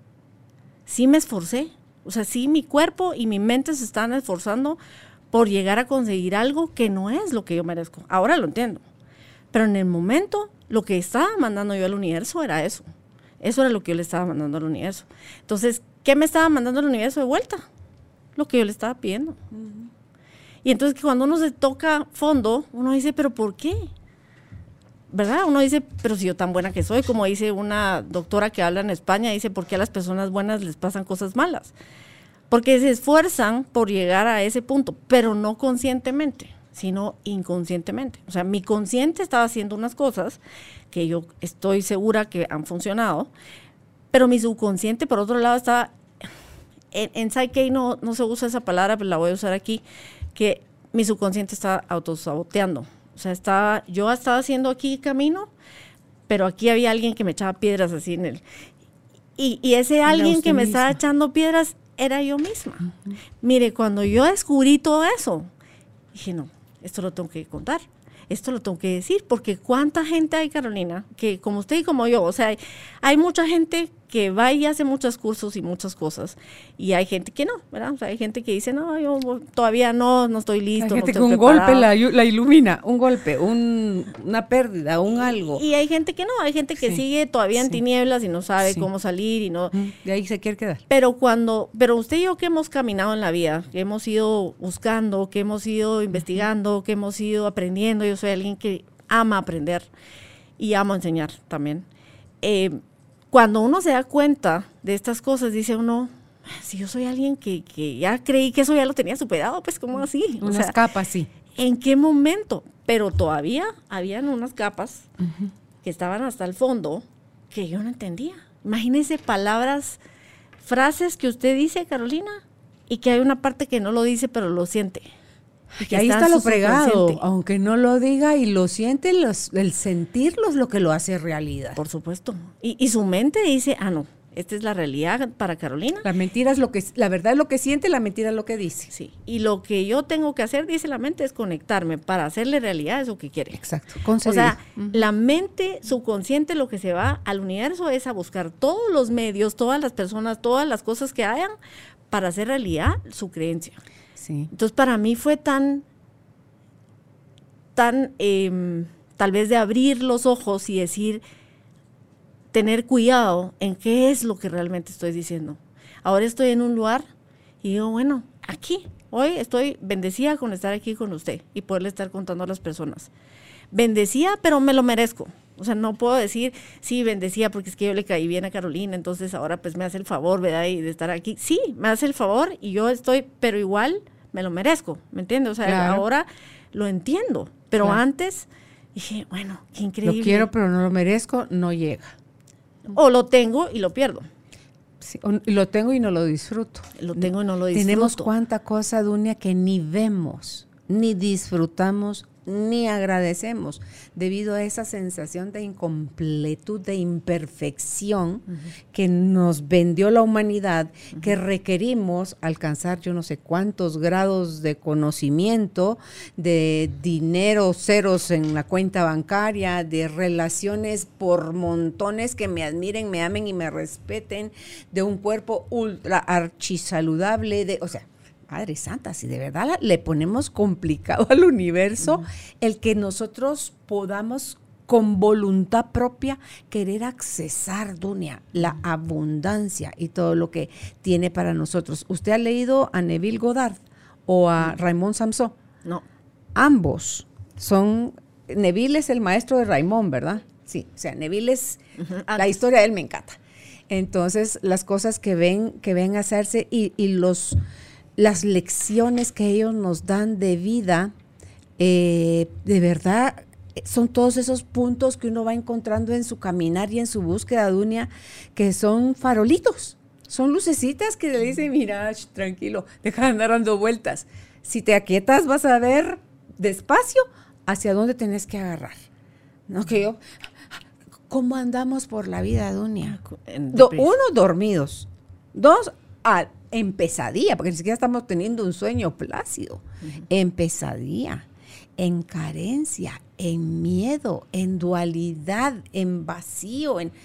Sí me esforcé. O sea, sí, mi cuerpo y mi mente se están esforzando por llegar a conseguir algo que no es lo que yo merezco. Ahora lo entiendo. Pero en el momento, lo que estaba mandando yo al universo era eso. Eso era lo que yo le estaba mandando al universo. Entonces, ¿qué me estaba mandando al universo de vuelta? Lo que yo le estaba pidiendo. Uh-huh. Y entonces cuando uno se toca fondo, uno dice, ¿pero por qué? ¿Verdad? Uno dice, pero si yo tan buena que soy, como dice una doctora que habla en España, dice, ¿por qué a las personas buenas les pasan cosas malas? Porque se esfuerzan por llegar a ese punto, pero no conscientemente, sino inconscientemente. O sea, mi consciente estaba haciendo unas cosas que yo estoy segura que han funcionado, pero mi subconsciente, por otro lado, estaba, en, en Psyche no, no se usa esa palabra, pero la voy a usar aquí, que mi subconsciente estaba autosaboteando. O sea, estaba, yo estaba haciendo aquí camino, pero aquí había alguien que me echaba piedras así en el... Y, y ese alguien que me misma. Estaba echando piedras era yo misma. Uh-huh. Mire, cuando yo descubrí todo eso, dije, no, esto lo tengo que contar. Esto lo tengo que decir, porque cuánta gente hay, Carolina, que como usted y como yo, o sea, hay, hay mucha gente que va y hace muchos cursos y muchas cosas, y hay gente que no, ¿verdad? O sea, hay gente que dice, no, yo todavía no, no estoy listo. Hay gente no que un preparado. golpe la, la ilumina, un golpe, un, una pérdida, un algo. Y hay gente que no, hay gente que sí, sigue todavía en sí. tinieblas y no sabe sí. cómo salir y no. De ahí se quiere quedar. Pero cuando, pero usted y yo que hemos caminado en la vida, que hemos ido buscando, que hemos ido investigando, uh-huh. que hemos ido aprendiendo, yo soy alguien que ama aprender y amo enseñar también. Eh, Cuando uno se da cuenta de estas cosas, dice uno, si yo soy alguien que, que ya creí que eso ya lo tenía superado, pues ¿cómo así? Unas o sea, capas, sí. ¿En qué momento? Pero todavía habían unas capas uh-huh. que estaban hasta el fondo que yo no entendía. Imagínese palabras, frases que usted dice, Carolina, y que hay una parte que no lo dice, pero lo siente. Y ahí está lo fregado, aunque no lo diga y lo siente, los, el sentirlo es lo que lo hace realidad. Por supuesto. Y, y su mente dice, ah, no, esta es la realidad para Carolina. La mentira es lo que, la verdad es lo que siente, la mentira es lo que dice. Sí, y lo que yo tengo que hacer, dice la mente, es conectarme para hacerle realidad eso que quiere. Exacto. Concebir. O sea, uh-huh. la mente subconsciente lo que se va al universo es a buscar todos los medios, todas las personas, todas las cosas que hayan para hacer realidad su creencia. Sí. Entonces, para mí fue tan, tan, eh, tal vez de abrir los ojos y decir, tener cuidado en qué es lo que realmente estoy diciendo. Ahora estoy en un lugar y digo, bueno, aquí, hoy estoy bendecida con estar aquí con usted y poderle estar contando a las personas. Bendecida, pero me lo merezco. O sea, no puedo decir, sí, bendecida porque es que yo le caí bien a Carolina, entonces ahora pues me hace el favor, ¿verdad? Y de estar aquí. Sí, me hace el favor y yo estoy, pero igual me lo merezco, ¿me entiendes? O sea, claro. Ahora lo entiendo, pero claro. Antes dije, bueno, qué increíble. Lo quiero, pero no lo merezco, no llega. O lo tengo y lo pierdo. Sí, o, lo tengo y no lo disfruto. Lo tengo y no lo disfruto. Tenemos cuánta cosa, Dunia, que ni vemos, ni disfrutamos, ni agradecemos, debido a esa sensación de incompletud, de imperfección uh-huh. que nos vendió la humanidad, uh-huh. que requerimos alcanzar yo no sé cuántos grados de conocimiento, de dinero, ceros en la cuenta bancaria, de relaciones por montones que me admiren, me amen y me respeten, de un cuerpo ultra archisaludable, de, o sea, Madre Santa, si de verdad le ponemos complicado al universo, uh-huh. el que nosotros podamos con voluntad propia querer accesar, Dunia, la abundancia y todo lo que tiene para nosotros. ¿Usted ha leído a Neville Goddard o a uh-huh. Raymond Samson? No. Ambos son, Neville es el maestro de Raymond, ¿verdad? Sí, o sea, Neville es, uh-huh. la historia de él me encanta. Entonces, las cosas que ven, que ven hacerse y, y los... las lecciones que ellos nos dan de vida, eh, de verdad, son todos esos puntos que uno va encontrando en su caminar y en su búsqueda, Dunia, que son farolitos, son lucecitas que le dicen, mira, sh, tranquilo, deja de andar dando vueltas. Si te aquietas, vas a ver despacio hacia dónde tenés que agarrar. No que yo, ¿cómo andamos por la vida, Dunia? Do, uno, dormidos. Dos, al en pesadilla, porque ni siquiera estamos teniendo un sueño plácido, uh-huh. en pesadilla, en carencia, en miedo, en dualidad, en vacío, en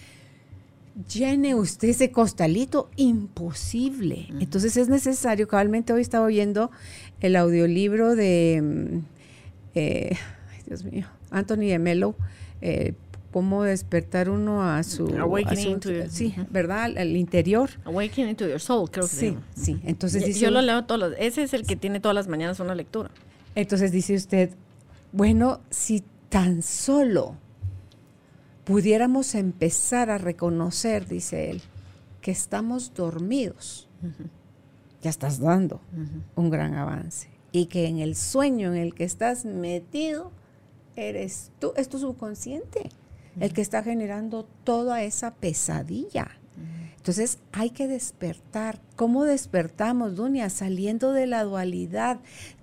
llene usted ese costalito, imposible. Uh-huh. Entonces es necesario, cabalmente hoy estaba oyendo el audiolibro de, eh, ay Dios mío, Anthony de Mello, eh, cómo despertar uno a su... Awakening a su, to your... Sí, ¿verdad? Al, al interior. Awakening to your soul, creo que sí, sí. Entonces yo, dice... Yo lo leo todos los... Ese es el que tiene todas las mañanas una lectura. Entonces dice usted, bueno, si tan solo pudiéramos empezar a reconocer, dice él, que estamos dormidos, uh-huh. ya estás dando uh-huh. un gran avance. Y que en el sueño en el que estás metido, eres tú, es tu subconsciente el que está generando toda esa pesadilla. Entonces hay que despertar. ¿Cómo despertamos, Dunia? Saliendo de la dualidad,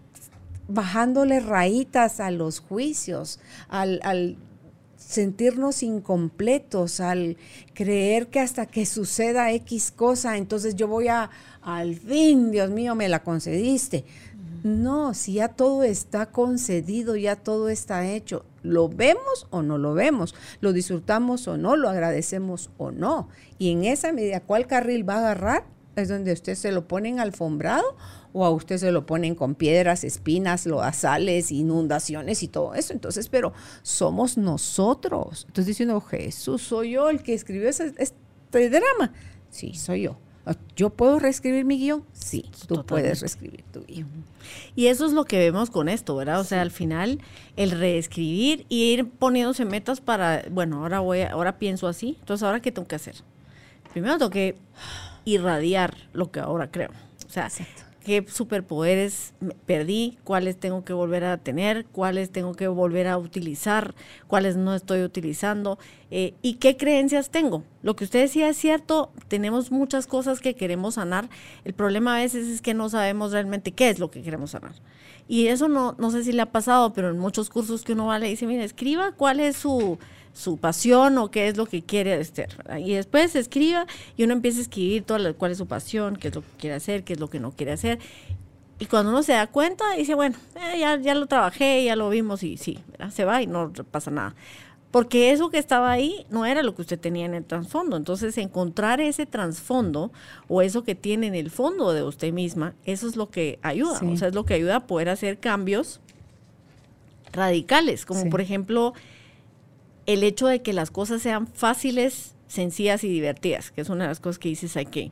bajándole rayitas a los juicios, al, al sentirnos incompletos, al creer que hasta que suceda X cosa, entonces yo voy a, al fin, Dios mío, me la concediste. No, si ya todo está concedido, ya todo está hecho. ¿Lo vemos o no lo vemos? ¿Lo disfrutamos o no? ¿Lo agradecemos o no? Y en esa medida, ¿cuál carril va a agarrar? Es donde usted se lo ponen alfombrado o a usted se lo ponen con piedras, espinas, lodazales, inundaciones y todo eso. Entonces, pero somos nosotros. Entonces diciendo, Jesús, ¿soy yo el que escribió ese, este drama? Sí, soy yo. ¿Yo puedo reescribir mi guión? Sí, tú Totalmente. Puedes reescribir tu guión. Y eso es lo que vemos con esto, ¿verdad? O sea, al final, el reescribir y ir poniéndose metas para, bueno, ahora voy a, ahora pienso así, entonces, ¿ahora qué tengo que hacer? Primero tengo que irradiar lo que ahora creo. O sea, Exacto. qué superpoderes perdí, cuáles tengo que volver a tener, cuáles tengo que volver a utilizar, cuáles no estoy utilizando, eh, y qué creencias tengo. Lo que usted decía es cierto, tenemos muchas cosas que queremos sanar. El problema a veces es que no sabemos realmente qué es lo que queremos sanar. Y eso no, no sé si le ha pasado, pero en muchos cursos que uno va le dice, mire, escriba cuál es su, su pasión o qué es lo que quiere hacer, ¿verdad? Y después se escriba y uno empieza a escribir todo lo, cuál es su pasión, qué es lo que quiere hacer, qué es lo que no quiere hacer. Y cuando uno se da cuenta, dice, bueno, eh, ya, ya lo trabajé, ya lo vimos y sí, ¿verdad? Se va y no pasa nada. Porque eso que estaba ahí no era lo que usted tenía en el trasfondo. Entonces, encontrar ese trasfondo o eso que tiene en el fondo de usted misma, eso es lo que ayuda. Sí. O sea, es lo que ayuda a poder hacer cambios radicales. Como, sí. por ejemplo, el hecho de que las cosas sean fáciles, sencillas y divertidas, que es una de las cosas que dice Psyche.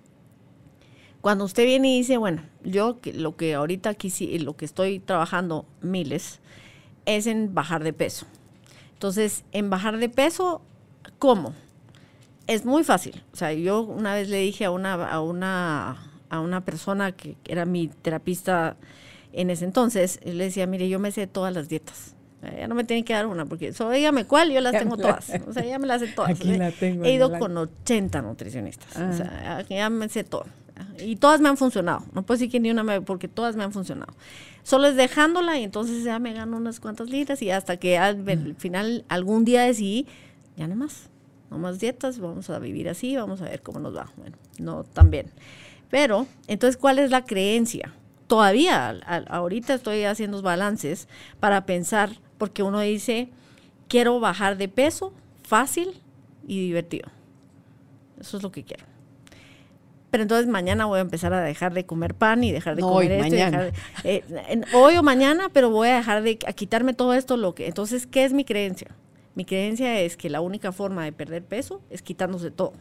Cuando usted viene y dice, bueno, yo que, lo que ahorita aquí sí, lo que estoy trabajando miles, es en bajar de peso. Entonces, en bajar de peso, ¿cómo? Es muy fácil. O sea, yo una vez le dije a una, a una, a una persona que era mi terapista en ese entonces, le decía, mire, yo me sé todas las dietas. Ya no me tienen que dar una, porque solo dígame cuál, yo las tengo todas. O sea, ya me las sé todas. Aquí la tengo. He ido con ochenta nutricionistas. Ah. O sea, ya me sé todo. Y todas me han funcionado. No puedo decir que ni una me, porque todas me han funcionado. Solo es dejándola y entonces ya me gano unas cuantas libras y hasta que al, mm. al final algún día decidí, ya no más, no más dietas, vamos a vivir así, vamos a ver cómo nos va. Bueno, no tan bien. Pero, entonces, ¿cuál es la creencia? Todavía, a, ahorita estoy haciendo balances para pensar, porque uno dice, quiero bajar de peso fácil y divertido. Eso es lo que quiero. Pero entonces mañana voy a empezar a dejar de comer pan y dejar de no, comer hoy, esto. Mañana. Y dejar de, eh, en, hoy o mañana, pero voy a dejar de a quitarme todo esto. Lo que Entonces, ¿qué es mi creencia? Mi creencia es que la única forma de perder peso es quitándose todo.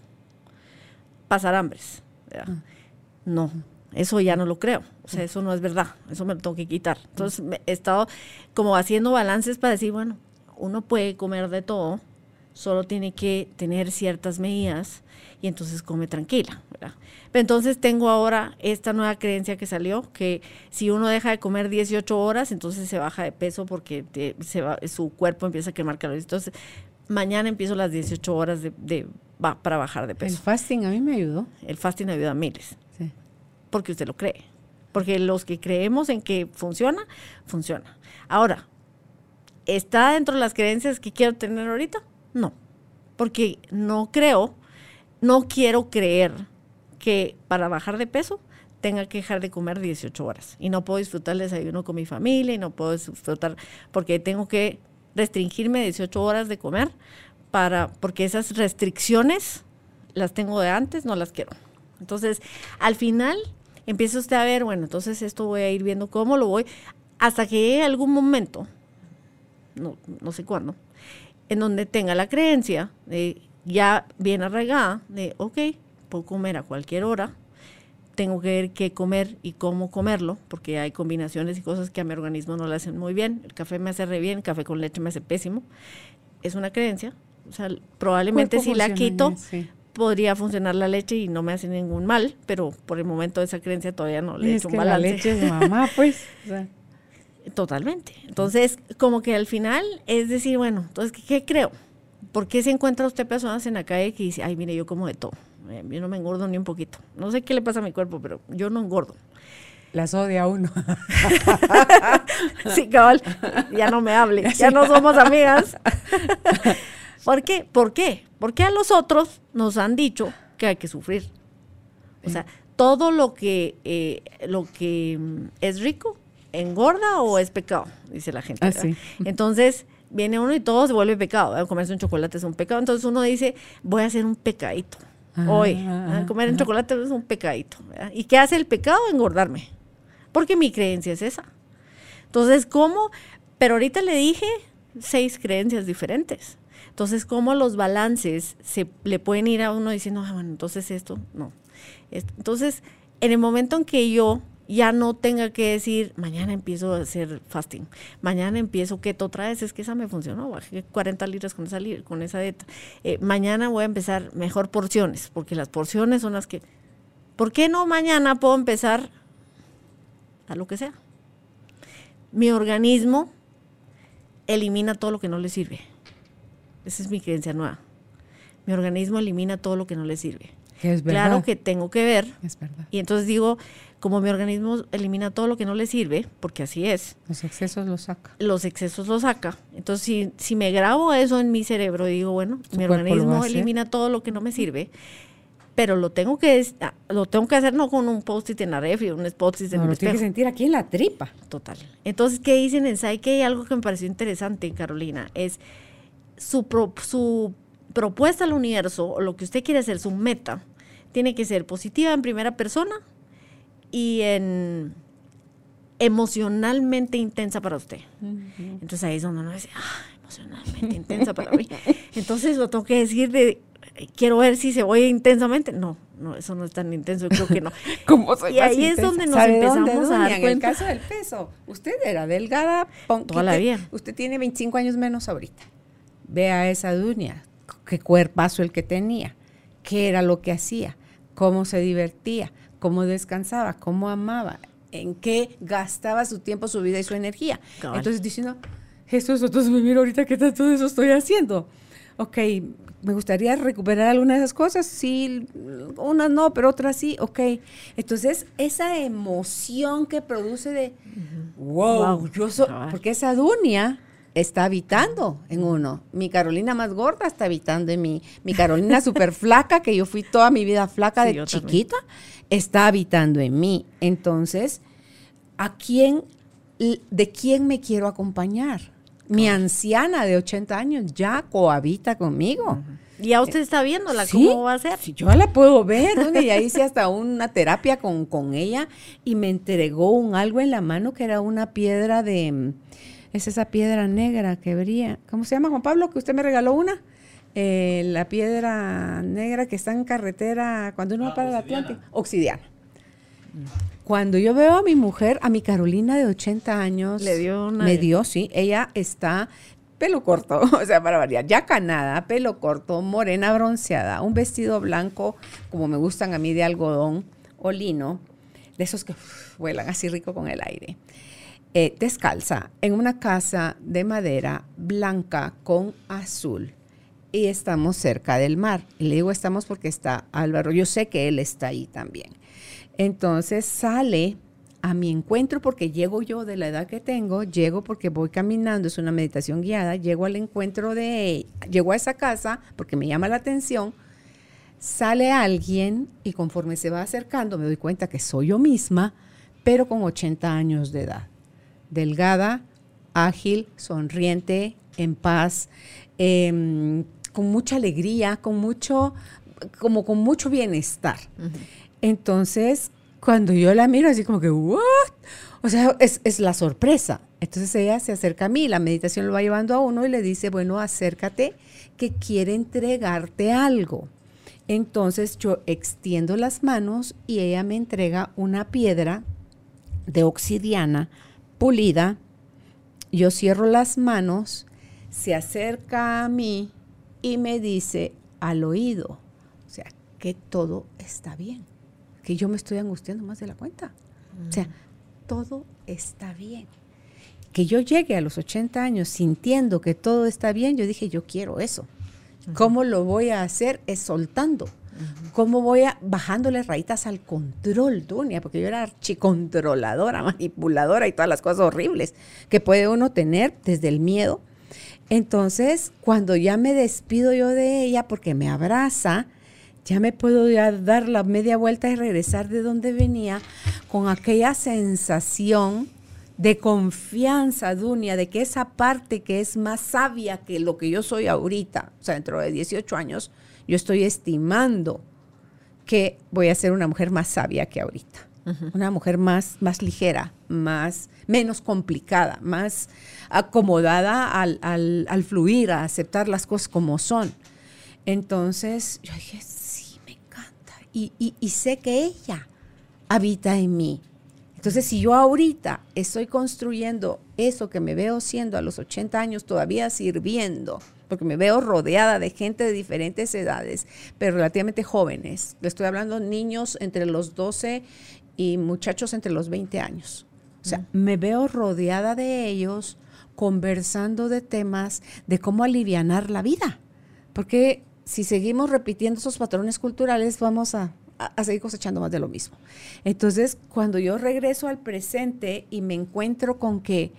Pasar hambres. ¿Verdad? Mm. No, eso ya no lo creo. O sea, eso no es verdad. Eso me lo tengo que quitar. Entonces, mm. he estado como haciendo balances para decir, bueno, uno puede comer de todo, solo tiene que tener ciertas medidas y entonces come tranquila, ¿verdad? Pero entonces tengo ahora esta nueva creencia que salió, que si uno deja de comer dieciocho horas, entonces se baja de peso porque te, se va, su cuerpo empieza a quemar calorías. Entonces, mañana empiezo las dieciocho horas de, de, va, para bajar de peso. El fasting a mí me ayudó. El fasting ayuda a miles. Sí. Porque usted lo cree. Porque los que creemos en que funciona, funciona. Ahora, ¿está dentro de las creencias que quiero tener ahorita? No. Porque no creo, no quiero creer que para bajar de peso tenga que dejar de comer dieciocho horas y no puedo disfrutar el desayuno con mi familia y no puedo disfrutar porque tengo que restringirme dieciocho horas de comer para porque esas restricciones las tengo de antes, no las quiero. Entonces, al final empieza usted a ver, bueno, entonces esto voy a ir viendo cómo lo voy hasta que llegue algún momento, no, no sé cuándo, en donde tenga la creencia de ya bien arraigada de, ok, puedo comer a cualquier hora, tengo que ver qué comer y cómo comerlo, porque hay combinaciones y cosas que a mi organismo no le hacen muy bien. El café me hace re bien, el café con leche me hace pésimo. Es una creencia. O sea, probablemente si la quito, bien, sí. podría funcionar la leche y no me hace ningún mal, pero por el momento esa creencia todavía no le he hecho un balance. La leche es mamá, pues. O sea. Totalmente. Entonces, como que al final es decir, bueno, entonces, ¿qué, qué creo? ¿Por qué se encuentra usted personas en la calle que dice, ay, mire, yo como de todo? Yo no me engordo ni un poquito. No sé qué le pasa a mi cuerpo, pero yo no engordo. Las odia uno. Sí, cabal, ya no me hable, ya no somos amigas. ¿Por qué? ¿Por qué? Porque a los otros nos han dicho que hay que sufrir. O sea, todo lo que, eh, lo que es rico, engorda o es pecado, dice la gente. Ah, sí. Entonces, viene uno y todo se vuelve pecado. Comerse un chocolate es un pecado. Entonces uno dice, voy a hacer un pecadito. Hoy, ah, comer ah, un chocolate es un pecadito, ¿verdad? ¿Y qué hace el pecado? Engordarme. Porque mi creencia es esa. Entonces, ¿cómo? Pero ahorita le dije seis creencias diferentes. Entonces, ¿cómo los balances se le pueden ir a uno diciendo, ah, bueno, entonces esto, no. Entonces, en el momento en que yo ya no tenga que decir, mañana empiezo a hacer fasting, mañana empiezo keto otra vez, es que esa me funcionó, bajé cuarenta libras con esa, con esa dieta. Eh, mañana voy a empezar mejor porciones, porque las porciones son las que... ¿Por qué no mañana puedo empezar a lo que sea? Mi organismo elimina todo lo que no le sirve. Esa es mi creencia nueva. Mi organismo elimina todo lo que no le sirve. Es verdad. Claro que tengo que ver. Es verdad. Y entonces digo, como mi organismo elimina todo lo que no le sirve, porque así es. Los excesos los saca. Los excesos los saca. Entonces, si, si me grabo eso en mi cerebro y digo, bueno, mi organismo elimina todo lo que no me sirve, pero lo tengo que lo tengo que hacer no con un post-it en la refri, un post-it en no, el lo espejo. tiene que sentir aquí en la tripa. Total. Entonces, ¿qué dicen en Psyche? Hay algo que me pareció interesante, Carolina, es su, pro, su propuesta al universo, o lo que usted quiere hacer, su meta, tiene que ser positiva en primera persona y en emocionalmente intensa para usted. Uh-huh. Entonces ahí es donde uno dice, ah, emocionalmente intensa para mí. Entonces lo tengo que decir de, quiero ver si se voy intensamente. No, no, eso no es tan intenso, creo que no. ¿Cómo soy y ahí intensa? Es donde nos empezamos dónde, a dar en cuenta. En el caso del peso, usted era delgada, ponquite, toda la vida. Usted tiene veinticinco años menos ahorita. Vea a esa Dunia, qué cuerpazo el que tenía, qué era lo que hacía, cómo se divertía, cómo descansaba, cómo amaba, en qué gastaba su tiempo, su vida y su energía. Cabal. Entonces diciendo, Jesús, entonces me miro ahorita qué tanto de eso estoy haciendo. Ok, me gustaría recuperar algunas de esas cosas, sí, unas no, pero otras sí, ok. Entonces, esa emoción que produce de, uh-huh. wow, wow, yo soy, porque esa Dunia está habitando en uno. Mi Carolina más gorda está habitando en mí. Mi Carolina súper flaca, que yo fui toda mi vida flaca sí, de chiquita, también. Está habitando en mí. Entonces, ¿a quién, de quién me quiero acompañar? Oh. Mi anciana de ochenta años ya cohabita conmigo. Uh-huh. ¿Y ya usted está viéndola? ¿Sí? ¿Cómo va a ser? Sí, yo la puedo ver, ¿no? Y ahí hice hasta una terapia con, con ella y me entregó un algo en la mano que era una piedra de... Es esa piedra negra que brilla. ¿Cómo se llama, Juan Pablo? Que usted me regaló una. Eh, la piedra negra que está en carretera cuando uno ah, va para obsidiana. El Atlántico. Obsidiana. Mm. Cuando yo veo a mi mujer, a mi Carolina de ochenta años. Le dio una. Me dio, sí. Ella está pelo corto, o sea, para variar. Ya canada, pelo corto, morena bronceada, un vestido blanco, como me gustan a mí, de algodón o lino, de esos que uf, vuelan así rico con el aire. Eh, descalza en una casa de madera blanca con azul y estamos cerca del mar. Y le digo estamos porque está Álvaro, yo sé que él está ahí también. Entonces sale a mi encuentro porque llego yo de la edad que tengo, llego porque voy caminando, es una meditación guiada, llego al encuentro de, llego a esa casa porque me llama la atención, sale alguien y conforme se va acercando me doy cuenta que soy yo misma, pero con ochenta años de edad. Delgada, ágil, sonriente, en paz, eh, con mucha alegría, con mucho, como con mucho bienestar. Uh-huh. Entonces, cuando yo la miro, así como que, ¿what? O sea, es, es la sorpresa. Entonces ella se acerca a mí, la meditación lo va llevando a uno y le dice, bueno, acércate, que quiere entregarte algo. Entonces yo extiendo las manos y ella me entrega una piedra de obsidiana pulida, yo cierro las manos, se acerca a mí y me dice al oído, o sea, que todo está bien, que yo me estoy angustiando más de la cuenta. Mm. O sea, todo está bien. Que yo llegue a los ochenta años sintiendo que todo está bien, yo dije, yo quiero eso. Uh-huh. ¿Cómo lo voy a hacer? Es soltando. Uh-huh. ¿Cómo voy a bajándole rayitas al control, Dunia? Porque yo era archicontroladora, manipuladora y todas las cosas horribles que puede uno tener desde el miedo. Entonces, cuando ya me despido yo de ella porque me abraza, ya me puedo ya dar la media vuelta y regresar de donde venía con aquella sensación de confianza, Dunia, de que esa parte que es más sabia que lo que yo soy ahorita, o sea, dentro de dieciocho años, yo estoy estimando que voy a ser una mujer más sabia que ahorita. Uh-huh. Una mujer más, más ligera, más, menos complicada, más acomodada al, al, al fluir, a aceptar las cosas como son. Entonces, yo dije, sí, me encanta. Y, y, y sé que ella habita en mí. Entonces, si yo ahorita estoy construyendo eso que me veo siendo a los ochenta años, todavía sirviendo, porque me veo rodeada de gente de diferentes edades, pero relativamente jóvenes. Le estoy hablando niños entre los doce y muchachos entre los veinte años. O sea, mm. me veo rodeada de ellos, conversando de temas de cómo alivianar la vida. Porque si seguimos repitiendo esos patrones culturales, vamos a, a, a seguir cosechando más de lo mismo. Entonces, cuando yo regreso al presente y me encuentro con que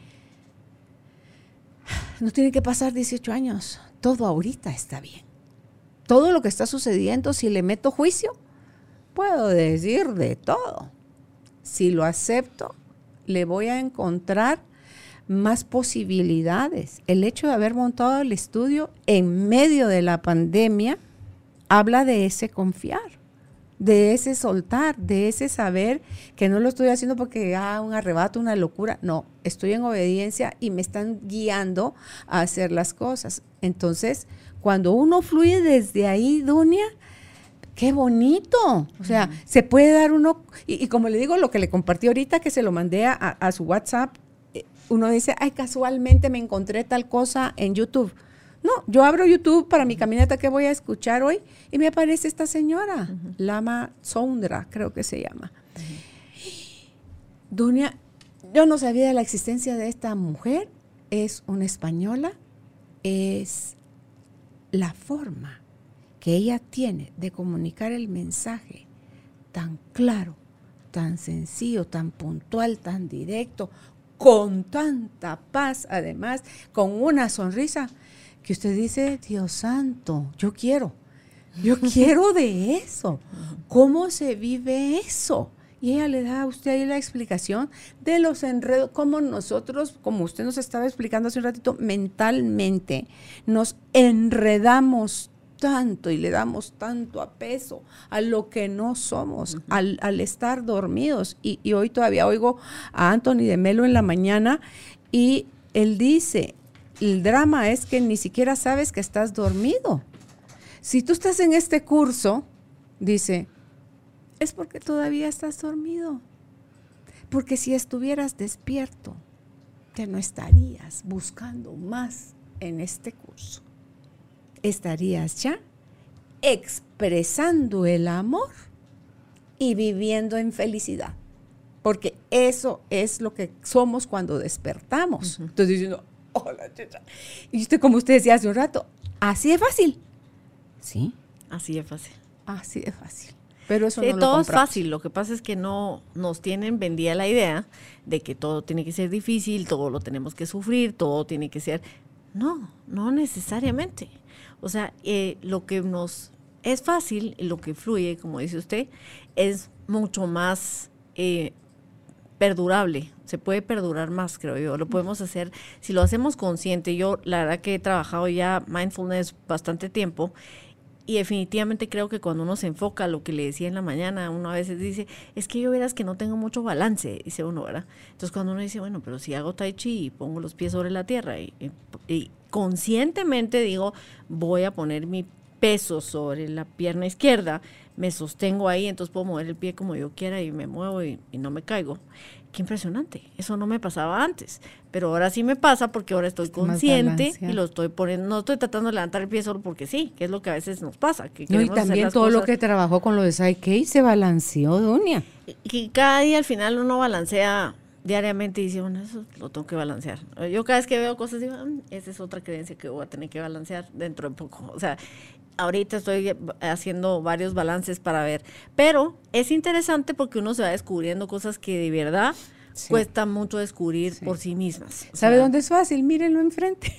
no tienen que pasar dieciocho años, todo ahorita está bien. Todo lo que está sucediendo, si le meto juicio, puedo decir de todo. Si lo acepto, le voy a encontrar más posibilidades. El hecho de haber montado el estudio en medio de la pandemia habla de ese confiar, de ese soltar, de ese saber que no lo estoy haciendo porque ah, un arrebato, una locura. No, estoy en obediencia y me están guiando a hacer las cosas. Entonces, cuando uno fluye desde ahí, Dunia, ¡qué bonito! O sea, uh-huh. se puede dar uno, y, y como le digo, lo que le compartí ahorita, que se lo mandé a, a su WhatsApp, uno dice, ay, casualmente me encontré tal cosa en YouTube. No, yo abro YouTube para mi caminata que voy a escuchar hoy y me aparece esta señora, uh-huh. Lama Soundra, creo que se llama. Uh-huh. Dunia, yo no sabía de la existencia de esta mujer, es una española, es la forma que ella tiene de comunicar el mensaje tan claro, tan sencillo, tan puntual, tan directo, con tanta paz, además, con una sonrisa, que usted dice, Dios santo, yo quiero, yo quiero de eso. ¿Cómo se vive eso? Y ella le da a usted ahí la explicación de los enredos, cómo nosotros, como usted nos estaba explicando hace un ratito, mentalmente nos enredamos tanto y le damos tanto a peso a lo que no somos, uh-huh. al, al estar dormidos. Y, y hoy todavía oigo a Anthony de Melo en la mañana y él dice, el drama es que ni siquiera sabes que estás dormido. Si tú estás en este curso, dice, es porque todavía estás dormido. Porque si estuvieras despierto, te no estarías buscando más en este curso. Estarías ya expresando el amor y viviendo en felicidad. Porque eso es lo que somos cuando despertamos. Uh-huh. Entonces diciendo, hola, chicha. Y usted, como usted decía hace un rato, así de fácil. ¿Sí? Así de fácil. Así de fácil. Pero eso sí, no lo todo compramos. es fácil, lo que pasa es que no nos tienen vendida la idea de que todo tiene que ser difícil, todo lo tenemos que sufrir, todo tiene que ser... No, no necesariamente. O sea, eh, lo que nos es fácil, lo que fluye, como dice usted, es mucho más eh, perdurable. Se puede perdurar más, creo yo. Lo podemos hacer, si lo hacemos consciente. Yo, la verdad que he trabajado ya mindfulness bastante tiempo y definitivamente creo que cuando uno se enfoca, lo que le decía en la mañana, uno a veces dice, es que yo verás que no tengo mucho balance, dice uno, ¿verdad? Entonces cuando uno dice, bueno, pero si hago tai chi y pongo los pies sobre la tierra y, y, y conscientemente digo, voy a poner mi peso sobre la pierna izquierda, me sostengo ahí, entonces puedo mover el pie como yo quiera y me muevo y, y no me caigo. Qué impresionante, eso no me pasaba antes, pero ahora sí me pasa porque ahora estoy consciente y lo estoy poniendo, no estoy tratando de levantar el pie solo porque sí, que es lo que a veces nos pasa. Que no, y también todo cosas. Lo que trabajó con lo de Psyche se balanceó, Dunia. Y, y cada día al final uno balancea diariamente y dice, bueno, eso lo tengo que balancear. Yo cada vez que veo cosas digo, mmm, esa es otra creencia que voy a tener que balancear dentro de poco. O sea, ahorita estoy haciendo varios balances para ver, pero es interesante porque uno se va descubriendo cosas que de verdad sí. cuesta mucho descubrir sí. por sí mismas. ¿Sabe sea, dónde es fácil? Mírenlo enfrente.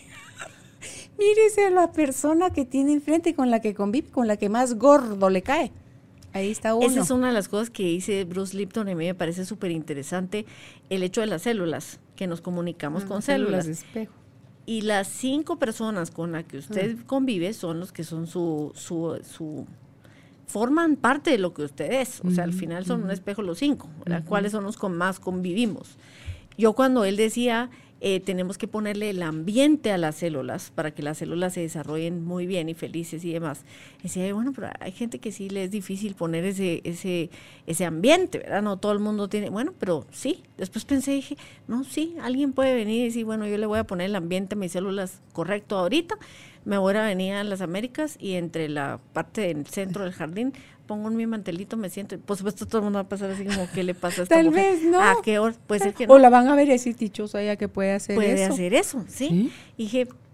Mírese a la persona que tiene enfrente, con la que convive, con la que más gordo le cae. Ahí está uno. Esa es una de las cosas que dice Bruce Lipton y a mí me parece súper interesante, el hecho de las células, que nos comunicamos ah, con células. células de espejo. Y las cinco personas con las que usted ah. convive son los que son su, su, su, forman parte de lo que usted es. O sea, al final son uh-huh. un espejo los cinco, ¿verdad? Uh-huh. ¿Cuáles son los con más convivimos? Yo cuando él decía, eh, tenemos que ponerle el ambiente a las células para que las células se desarrollen muy bien y felices y demás. Decía, bueno, pero hay gente que sí le es difícil poner ese, ese, ese ambiente, ¿verdad? No todo el mundo tiene, bueno, pero sí. Después pensé, dije, no, sí, alguien puede venir y decir, bueno, yo le voy a poner el ambiente a mis células correcto ahorita, me voy a venir a las Américas y entre la parte del centro del jardín pongo en mi mantelito, me siento, por supuesto todo el mundo va a pasar así como, ¿qué le pasa a esta Tal mujer? vez no. ¿A qué hora? Puede ser que no. O la van a ver y decir, dichosa ella que puede hacer puede eso. Puede hacer eso, ¿sí? ¿sí? Y dije,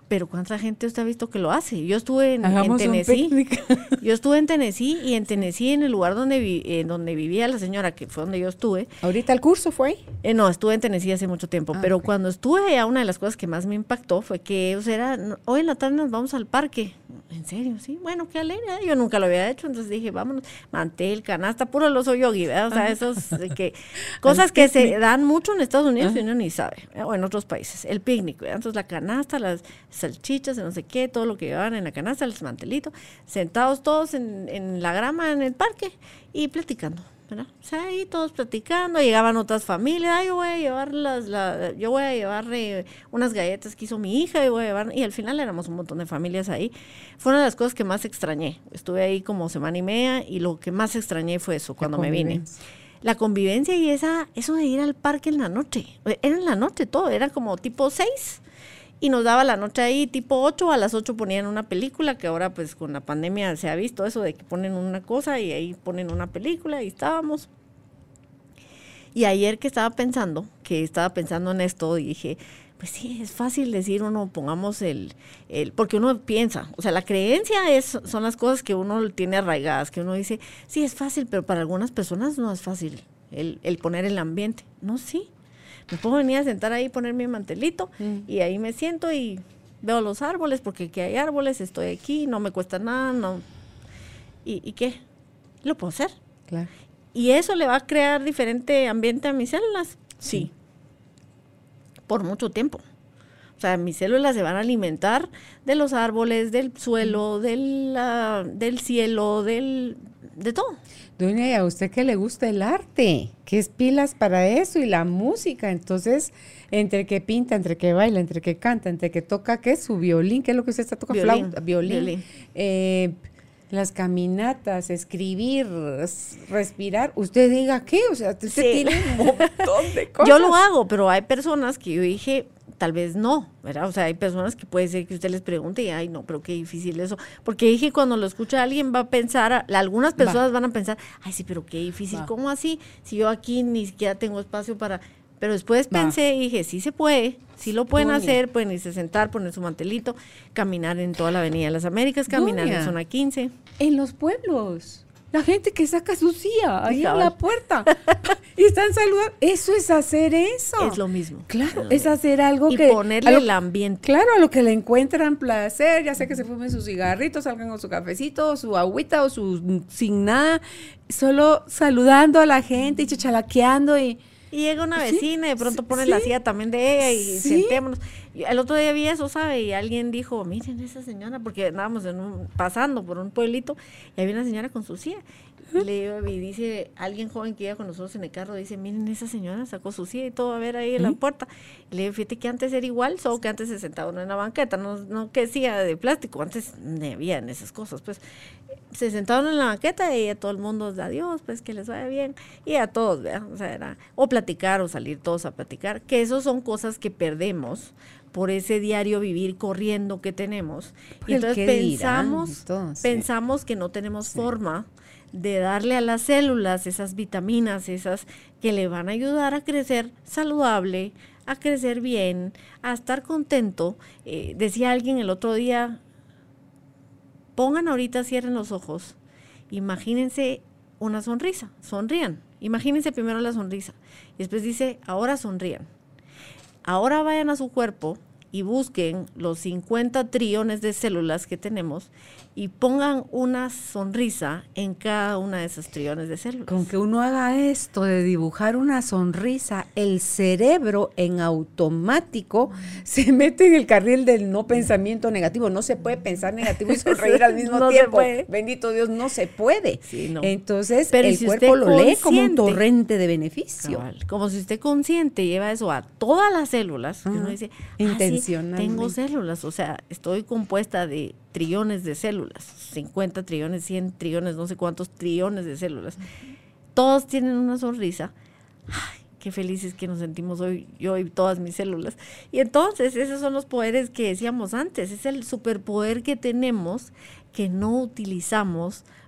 pero ¿cuánta gente usted ha visto que lo hace? Yo estuve en, en Tennessee. Yo estuve en Tennessee y en Tennessee, en el lugar donde vi, en donde vivía la señora, que fue donde yo estuve. ¿Ahorita el curso fue ahí? Eh, no, estuve en Tennessee hace mucho tiempo, ah, pero okay. Cuando estuve allá, una de las cosas que más me impactó fue que, o sea, era, hoy en la tarde nos vamos al parque. ¿En serio? Sí, bueno, qué alegre. Yo nunca lo había hecho, entonces dije, vámonos, mantel, canasta, puro loso yogi, ¿verdad? O sea, esos que, cosas que se dan mucho en Estados Unidos y uno ni sabe, o en otros países. El picnic, ¿verdad? Entonces la canasta, las salchichas, no sé qué, todo lo que llevaban en la canasta, el mantelito, sentados todos en, en la grama en el parque y platicando, ¿verdad? O sea, ahí todos platicando, llegaban otras familias, ay, yo voy a llevar las, la, yo voy a llevar eh, unas galletas que hizo mi hija, y voy a llevar, y al final éramos un montón de familias ahí. Fue una de las cosas que más extrañé. Estuve ahí como semana y media y lo que más extrañé fue eso, cuando me vine. La convivencia y esa, eso de ir al parque en la noche. Era en la noche todo, era como tipo seis. Y nos daba la noche ahí tipo ocho, a las ocho ponían una película, que ahora pues con la pandemia se ha visto eso de que ponen una cosa y ahí ponen una película y estábamos. Y ayer que estaba pensando, que estaba pensando en esto, y dije, pues sí, es fácil decir uno, pongamos el, el, porque uno piensa, o sea, la creencia es, son las cosas que uno tiene arraigadas, que uno dice, sí, es fácil, pero para algunas personas no es fácil el, el poner el ambiente. No, sí. Me puedo venir a sentar ahí, poner mi mantelito mm. y ahí me siento y veo los árboles, porque aquí hay árboles, estoy aquí, no me cuesta nada, no. ¿Y, y qué? Lo puedo hacer. Claro. ¿Y eso le va a crear diferente ambiente a mis células? Sí. sí. Por mucho tiempo. O sea, mis células se van a alimentar de los árboles, del suelo, de la, del cielo, del, de todo. Doña, ¿y a usted que le gusta el arte? ¿Qué es pilas para eso? Y la música. Entonces, entre que pinta, entre que baila, entre que canta, entre que toca, ¿qué es su violín? ¿Qué es lo que usted está tocando? Violín. Flauta, violín. violín. Eh, las caminatas, escribir, respirar. Usted diga, ¿qué? O sea, usted sí. tiene un montón de cosas. Yo lo hago, pero hay personas que yo dije, tal vez no, ¿verdad? O sea, hay personas que puede ser que usted les pregunte y, ay, no, pero qué difícil eso. Porque dije, cuando lo escucha alguien va a pensar, algunas personas Va. van a pensar, ay, sí, pero qué difícil, Va. ¿cómo así? Si yo aquí ni siquiera tengo espacio para... Pero después Va. pensé y dije, sí se puede, sí lo pueden Doña. hacer, pueden irse a sentar, poner su mantelito, caminar en toda la Avenida de las Américas, caminar Doña. en zona quince. En los pueblos. La gente que saca su silla ahí en la puerta y están saludando, eso es hacer eso. Es lo mismo. Claro, es, es hacer algo y que... Y ponerle lo, el ambiente. Claro, a lo que le encuentran placer, ya sea que se fumen sus cigarritos, salgan con su cafecito, su agüita o su sin nada, solo saludando a la gente y chachalaqueando y... Y llega una vecina sí, y de pronto pone sí, la silla también de ella y ¿sí? sentémonos. Y el otro día vi eso, ¿sabe? Y alguien dijo, miren esa señora, porque andábamos en un, pasando por un pueblito y había una señora con su silla. Y, le, y dice, alguien joven que iba con nosotros en el carro, dice, miren esa señora sacó su silla y todo a ver ahí en ¿Mm? la puerta. Y le digo, fíjate que antes era igual, solo que antes se sentaba uno en la banqueta, no, no que silla de plástico, antes no había en esas cosas, pues. Se sentaron en la banqueta y a todo el mundo, adiós, pues que les vaya bien, y a todos, ¿verdad? O sea, era, o platicar o salir todos a platicar, que eso son cosas que perdemos por ese diario vivir corriendo que tenemos. Y entonces pensamos, entonces? pensamos que no tenemos sí. forma de darle a las células esas vitaminas, esas que le van a ayudar a crecer saludable, a crecer bien, a estar contento. Eh, decía alguien el otro día, pongan ahorita, cierren los ojos, imagínense una sonrisa, sonrían, imagínense primero la sonrisa, y después dice, ahora sonrían, ahora vayan a su cuerpo y busquen los cincuenta trillones de células que tenemos y pongan una sonrisa en cada una de esas trillones de células. Con que uno haga esto de dibujar una sonrisa, el cerebro en automático se mete en el carril del no pensamiento negativo. No se puede pensar negativo y sonreír al mismo no tiempo. Bendito Dios, no se puede. Sí, no. Entonces, Pero el si cuerpo lo lee como un torrente de beneficio. Cabal, como si usted consciente lleva eso a todas las células, que uh-huh. uno dice, intencionalmente. Ah, sí, tengo células, o sea, estoy compuesta de trillones de células, cincuenta trillones, cien trillones, no sé cuántos trillones de células. Todos tienen una sonrisa. Ay, qué felices que nos sentimos hoy, yo y todas mis células. Y entonces, esos son los poderes que decíamos antes, es el superpoder que tenemos que no utilizamos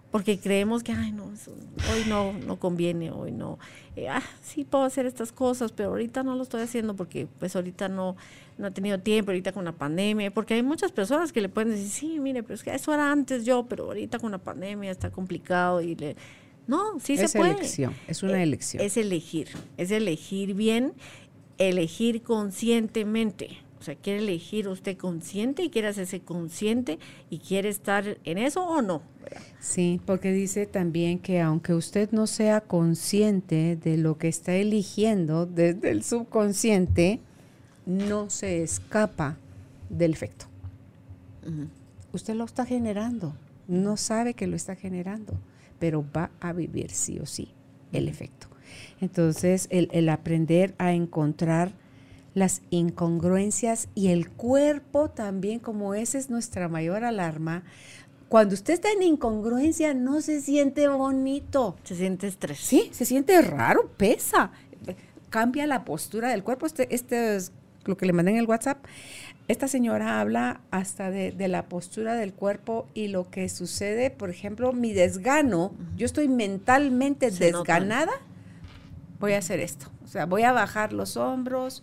porque creemos que, ay, no, eso, hoy no, no conviene, hoy no, eh, ah, sí puedo hacer estas cosas, pero ahorita no lo estoy haciendo porque pues ahorita no, no he tenido tiempo, ahorita con la pandemia, porque hay muchas personas que le pueden decir, sí, mire, pero es que eso era antes yo, pero ahorita con la pandemia está complicado y le... No, sí es se puede. Es elección, es una elección. Es elegir, es elegir bien, elegir conscientemente. O sea, quiere elegir usted consciente y quiere hacerse consciente y quiere estar en eso o no. Sí, porque dice también que aunque usted no sea consciente de lo que está eligiendo desde el subconsciente, no se escapa del efecto. Uh-huh. Usted lo está generando, no sabe que lo está generando, pero va a vivir sí o sí el uh-huh. efecto. Entonces, el, el aprender a encontrar las incongruencias y el cuerpo también, como esa es nuestra mayor alarma. Cuando usted está en incongruencia no se siente bonito. Se siente estrés. Sí, se siente raro, pesa. Cambia la postura del cuerpo. Este, este es lo que le mandé en el WhatsApp. Esta señora habla hasta de, de la postura del cuerpo y lo que sucede, por ejemplo, mi desgano. Uh-huh. Yo estoy mentalmente se desganada. Nota. Voy a hacer esto. O sea, voy a bajar los hombros,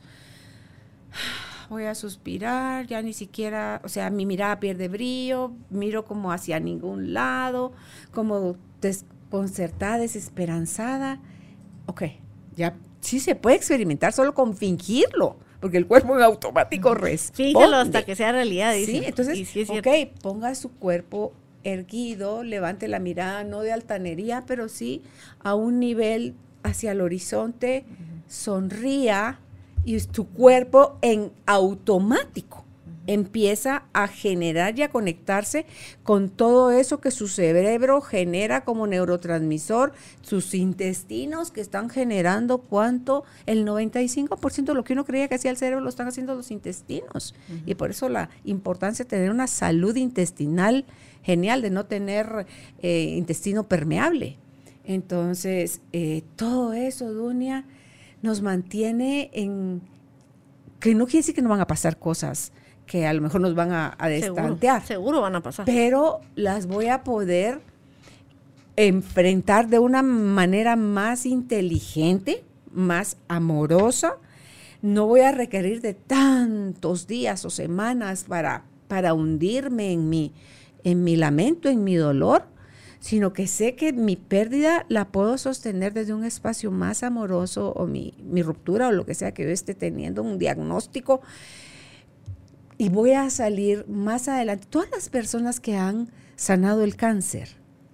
voy a suspirar, ya ni siquiera, o sea, mi mirada pierde brillo, miro como hacia ningún lado, como desconcertada, desesperanzada. Ok, ya sí se puede experimentar solo con fingirlo, porque el cuerpo en automático responde. Fíjalo hasta que sea realidad, dice. Sí, entonces, sí es ok, ponga su cuerpo erguido, levante la mirada, no de altanería, pero sí a un nivel hacia el horizonte, uh-huh. sonría, y tu cuerpo en automático uh-huh. empieza a generar y a conectarse con todo eso que su cerebro genera como neurotransmisor, sus intestinos que están generando cuánto, el noventa y cinco por ciento de lo que uno creía que hacía el cerebro lo están haciendo los intestinos. Uh-huh. Y por eso la importancia de tener una salud intestinal genial, de no tener eh, intestino permeable. Entonces, eh, todo eso, Dunia, nos mantiene en, que no quiere decir que no van a pasar cosas que a lo mejor nos van a, a destantear. Seguro, seguro van a pasar. Pero las voy a poder enfrentar de una manera más inteligente, más amorosa. No voy a requerir de tantos días o semanas para, para hundirme en mi, en mi lamento, en mi dolor, sino que sé que mi pérdida la puedo sostener desde un espacio más amoroso, o mi, mi ruptura o lo que sea que yo esté teniendo, un diagnóstico, y voy a salir más adelante. Todas las personas que han sanado el cáncer,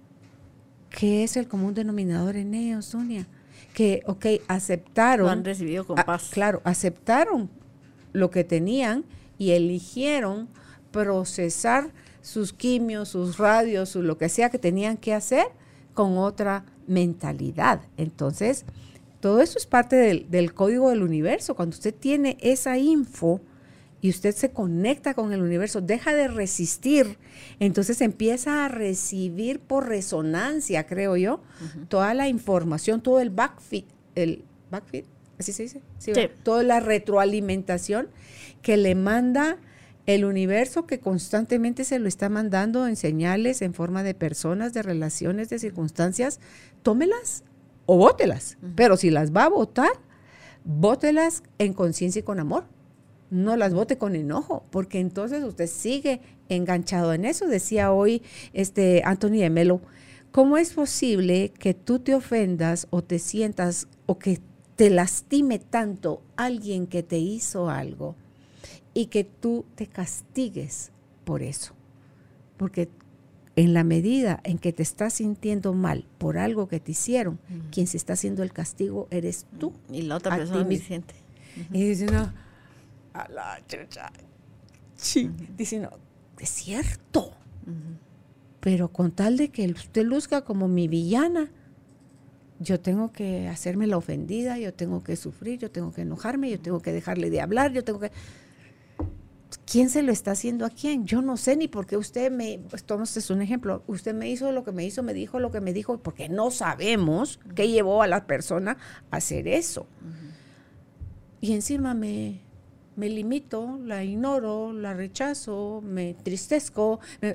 ¿qué es el común denominador en ellos, Sonia? Que, ok, aceptaron. Lo han recibido con paz. A, claro, aceptaron lo que tenían y eligieron procesar sus quimios, sus radios, su lo que sea que tenían que hacer con otra mentalidad. Entonces, todo eso es parte del, del código del universo. Cuando usted tiene esa info y usted se conecta con el universo, deja de resistir, entonces empieza a recibir por resonancia, creo yo, uh-huh. toda la información, todo el backfeed, el backfeed, ¿así se dice? Sí, sí. Toda la retroalimentación que le manda el universo, que constantemente se lo está mandando en señales, en forma de personas, de relaciones, de circunstancias. Tómelas o bótelas, uh-huh. pero si las va a botar, bótelas en conciencia y con amor. No las bote con enojo, porque entonces usted sigue enganchado en eso. Decía hoy este Anthony de Melo, ¿cómo es posible que tú te ofendas o te sientas o que te lastime tanto alguien que te hizo algo y que tú te castigues por eso? Porque en la medida en que te estás sintiendo mal por algo que te hicieron, uh-huh. quien se está haciendo el castigo eres tú. Y la otra persona me siente. Uh-huh. Y dice, no, a la chucha. Sí. Uh-huh. Dice, no, es cierto. Uh-huh. Pero con tal de que usted luzca como mi villana, yo tengo que hacerme la ofendida, yo tengo que sufrir, yo tengo que enojarme, yo tengo que dejarle de hablar, yo tengo que... ¿Quién se lo está haciendo a quién? Yo no sé, ni por qué usted me... Esto es un ejemplo. Usted me hizo lo que me hizo, me dijo lo que me dijo, porque no sabemos uh-huh. qué llevó a la persona a hacer eso. Uh-huh. Y encima me, me limito, la ignoro, la rechazo, me entristezco. Me, o sea,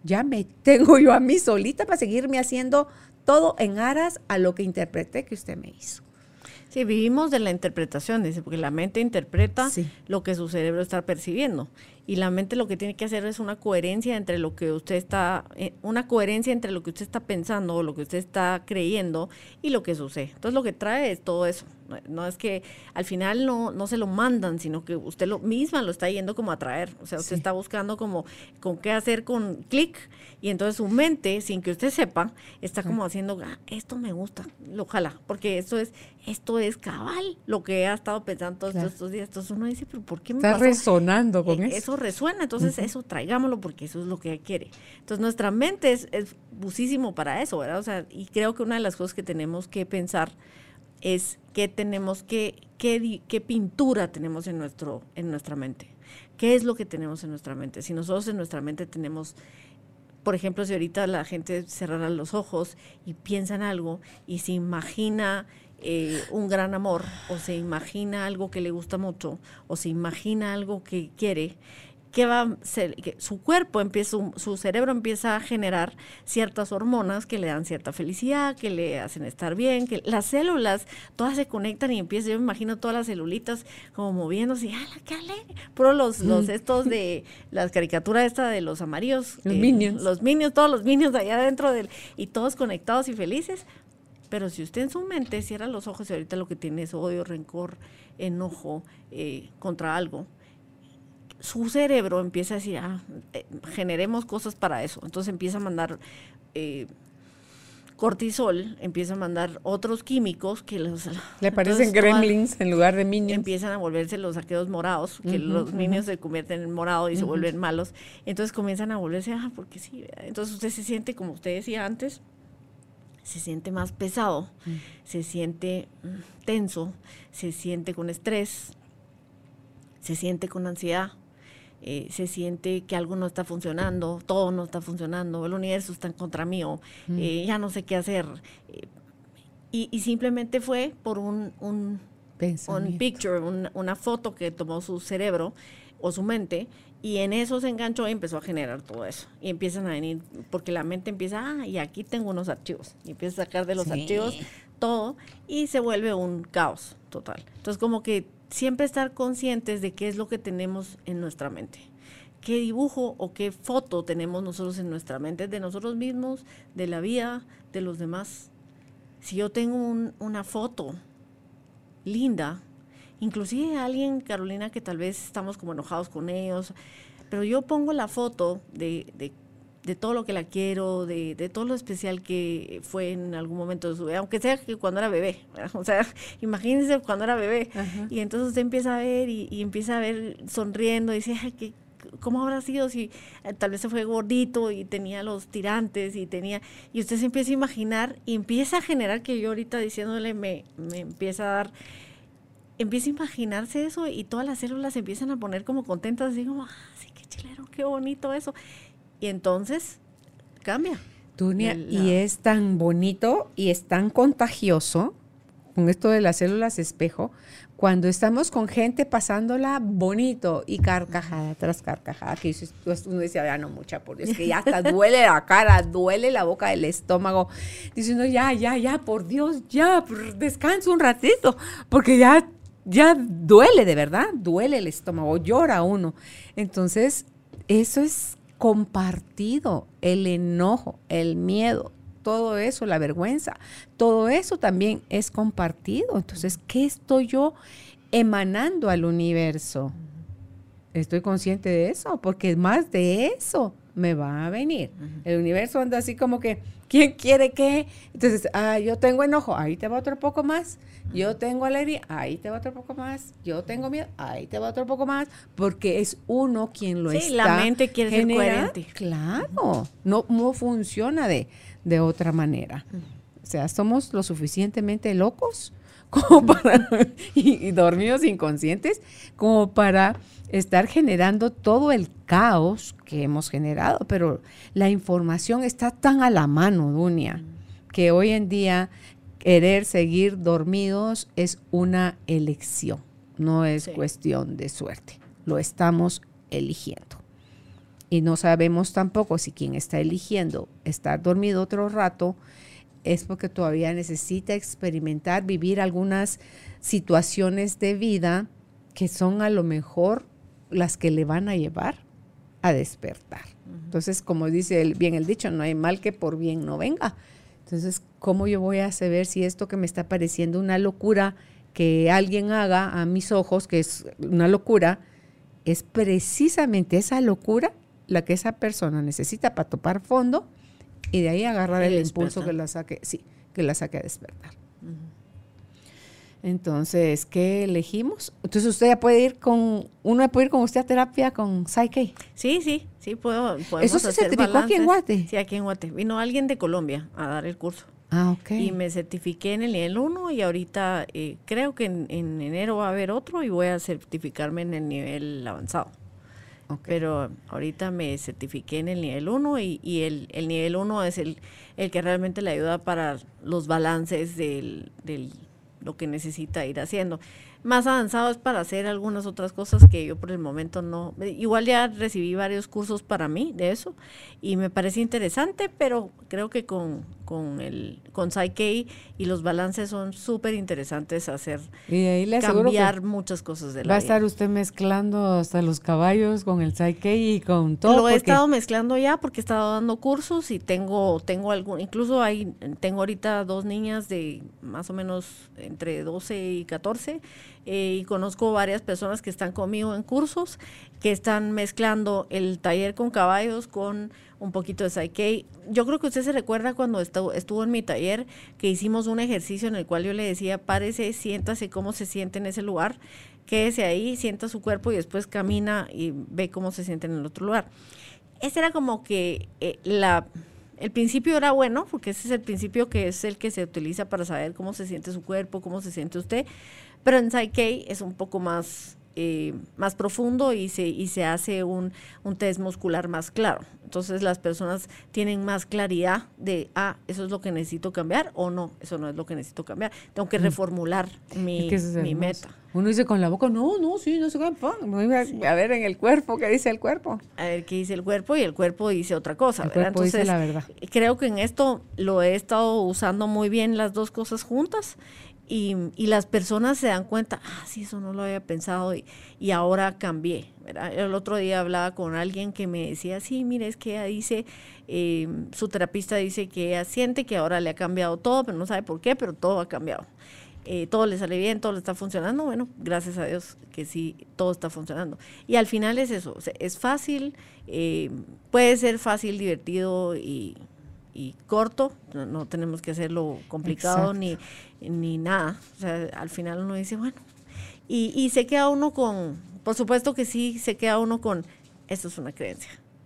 ya me tengo yo a mí solita para seguirme haciendo todo en aras a lo que interpreté que usted me hizo. Sí, vivimos de la interpretación, dice, porque la mente interpreta sí. lo que su cerebro está percibiendo. Y la mente lo que tiene que hacer es una coherencia entre lo que usted está, eh, una coherencia entre lo que usted está pensando o lo que usted está creyendo y lo que sucede. Entonces lo que trae es todo eso. No, no es que al final no, no se lo mandan, sino que usted lo misma lo está yendo como a traer. O sea, usted sí. está buscando como con qué hacer con clic, y entonces su mente, sin que usted sepa, está como haciendo, ah, esto me gusta, ojalá, porque esto es, esto es cabal, lo que ha estado pensando todos claro. estos días. Entonces uno dice, pero ¿por qué me está pasa? resonando con eh, eso. Eso resuena, entonces uh-huh. eso traigámoslo porque eso es lo que quiere. Entonces nuestra mente es, es busísimo para eso, ¿verdad? O sea, y creo que una de las cosas que tenemos que pensar es qué tenemos que, qué, qué pintura tenemos en, nuestro, en nuestra mente. ¿Qué es lo que tenemos en nuestra mente? Si nosotros en nuestra mente tenemos, por ejemplo, si ahorita la gente cerrara los ojos y piensa en algo y se imagina eh, un gran amor, o se imagina algo que le gusta mucho, o se imagina algo que quiere, que va a ser, que su cuerpo empieza, su, su cerebro empieza a generar ciertas hormonas que le dan cierta felicidad, que le hacen estar bien, que las células todas se conectan y empieza, yo me imagino todas las celulitas como moviéndose, ¡ah, qué alegre! Pero los, mm. los estos de, las caricaturas esta de los amarillos, los eh, minions, los minions, todos los minions allá adentro del, y todos conectados y felices. Pero si usted en su mente cierra los ojos y ahorita lo que tiene es odio, rencor, enojo eh, contra algo, su cerebro empieza a decir, ah, eh, generemos cosas para eso. Entonces empieza a mandar eh, cortisol, empieza a mandar otros químicos que los... Le parecen gremlins todas, en lugar de minions. Empiezan a volverse los aquellos morados, que uh-huh, los minions uh-huh. se convierten en morado y uh-huh. se vuelven malos. Entonces comienzan a volverse, ah, porque sí. Entonces usted se siente, como usted decía antes, se siente más pesado, uh-huh. se siente mm, tenso, se siente con estrés, se siente con ansiedad. Eh, se siente que algo no está funcionando, todo no está funcionando, el universo está en contra mío, mm. eh, ya no sé qué hacer. Eh, y, y simplemente fue por un, un, un picture, un, una foto que tomó su cerebro o su mente, y en eso se enganchó y empezó a generar todo eso. Y empiezan a venir, porque la mente empieza, ah, y aquí tengo unos archivos, y empieza a sacar de los sí. archivos todo, y se vuelve un caos total. Entonces, como que siempre estar conscientes de qué es lo que tenemos en nuestra mente, qué dibujo o qué foto tenemos nosotros en nuestra mente, de nosotros mismos, de la vida, de los demás. Si yo tengo un, una foto linda, inclusive alguien, Carolina, que tal vez estamos como enojados con ellos, pero yo pongo la foto de, de de todo lo que la quiero, de, de todo lo especial que fue en algún momento de su vida, aunque sea que cuando era bebé, ¿verdad? O sea, imagínense cuando era bebé, uh-huh. y entonces usted empieza a ver y, y empieza a ver sonriendo y dice, ay, ¿qué, ¿cómo habrá sido si eh, tal vez se fue gordito y tenía los tirantes y tenía, y usted se empieza a imaginar y empieza a generar, que yo ahorita diciéndole me, me empieza a dar, empieza a imaginarse eso y todas las células se empiezan a poner como contentas, así como, ah, sí, qué chilero, qué bonito eso. Y entonces cambia. Dunia, la... y es tan bonito y es tan contagioso con esto de las células espejo, cuando estamos con gente pasándola bonito y carcajada tras carcajada, que uno dice, ya no mucha, por Dios, que ya hasta duele la cara, duele la boca, el estómago, diciendo ya, ya, ya, por Dios, ya, descansa un ratito, porque ya, ya duele de verdad, duele el estómago, llora uno. Entonces, eso es compartido, el enojo, el miedo, todo eso, la vergüenza, todo eso también es compartido. Entonces, ¿qué estoy yo emanando al universo? Estoy consciente de eso, porque más de eso me va a venir. Uh-huh. El universo anda así como que, ¿quién quiere qué? Entonces, ah, yo tengo enojo, ahí te va otro poco más. Yo tengo alegría, ahí te va otro poco más. Yo tengo miedo, ahí te va otro poco más. Porque es uno quien lo sí, está. Sí, la mente quiere genera, ser coherente. Claro, no, no funciona de, de otra manera. O sea, somos lo suficientemente locos como para, y, y dormidos inconscientes, como para estar generando todo el caos que hemos generado. Pero la información está tan a la mano, Dunia, que hoy en día querer seguir dormidos es una elección, no es sí. cuestión de suerte, lo estamos eligiendo. y no sabemos tampoco si quien está eligiendo estar dormido otro rato es porque todavía necesita experimentar, vivir algunas situaciones de vida que son a lo mejor las que le van a llevar a despertar. Uh-huh. Entonces, como dice el, bien el dicho, no hay mal que por bien no venga. Entonces, ¿cómo yo voy a saber si esto que me está pareciendo una locura que alguien haga a mis ojos, que es una locura, es precisamente esa locura la que esa persona necesita para topar fondo y de ahí agarrar el, el impulso que la saque, sí, que la saque a despertar? Uh-huh. Entonces, ¿qué elegimos? Entonces, usted ya puede ir con, uno puede ir con usted a terapia con Psyche. Sí, sí, sí, puedo. ¿Eso se certificó aquí en Guate? Sí, aquí en Guate. Vino alguien de Colombia a dar el curso. Ah, ok. Y me certifiqué en el nivel uno y ahorita eh, creo que en, en enero va a haber otro y voy a certificarme en el nivel avanzado. Okay. Pero ahorita me certifiqué en el nivel uno y, y el, el nivel uno es el, el que realmente le ayuda para los balances del, del lo que necesita ir haciendo. Más avanzado es para hacer algunas otras cosas que yo por el momento no. Igual ya recibí varios cursos para mí de eso y me parece interesante, pero creo que con, con el con Psyche y los balances son súper interesantes hacer, y ahí le cambiar muchas cosas de la vida. Va a estar usted mezclando hasta los caballos con el Psyche y con todo. Lo he estado mezclando ya porque he estado dando cursos y tengo tengo algún, incluso hay, tengo ahorita dos niñas de más o menos entre doce y catorce. Eh, y conozco varias personas que están conmigo en cursos que están mezclando el taller con caballos con un poquito de Psyche. Yo creo que usted se recuerda cuando estuvo, estuvo en mi taller que hicimos un ejercicio en el cual yo le decía, párese, siéntase cómo se siente en ese lugar, quédese ahí, sienta su cuerpo y después camina y ve cómo se siente en el otro lugar. Ese era como que eh, la... El principio era bueno, porque ese es el principio que es el que se utiliza para saber cómo se siente su cuerpo, cómo se siente usted, pero en Psyche es un poco más, eh, más profundo y se, y se hace un, un test muscular más claro. Entonces las personas tienen más claridad de, ah, eso es lo que necesito cambiar o no, eso no es lo que necesito cambiar. Tengo que reformular mi, es que mi meta. Uno dice con la boca, no, no, sí, no se campa. Sí. A ver en el cuerpo, ¿qué dice el cuerpo? A ver qué dice el cuerpo y el cuerpo dice otra cosa. El ¿verdad? cuerpo Entonces, dice la verdad. Creo que en esto lo he estado usando muy bien las dos cosas juntas. Y, y las personas se dan cuenta, ah, sí, eso no lo había pensado y, y ahora cambié, ¿verdad? El otro día hablaba con alguien que me decía, sí, mire, es que ella dice, eh, su terapista dice que ella siente que ahora le ha cambiado todo, pero no sabe por qué, pero todo ha cambiado. Eh, todo le sale bien, todo le está funcionando, bueno, gracias a Dios que sí, todo está funcionando. Y al final es eso, o sea, es fácil, eh, puede ser fácil, divertido y... y corto, no, no tenemos que hacerlo complicado ni, ni nada, o sea, al final uno dice, bueno, y, y se queda uno con, por supuesto que sí, se queda uno con, eso es una creencia,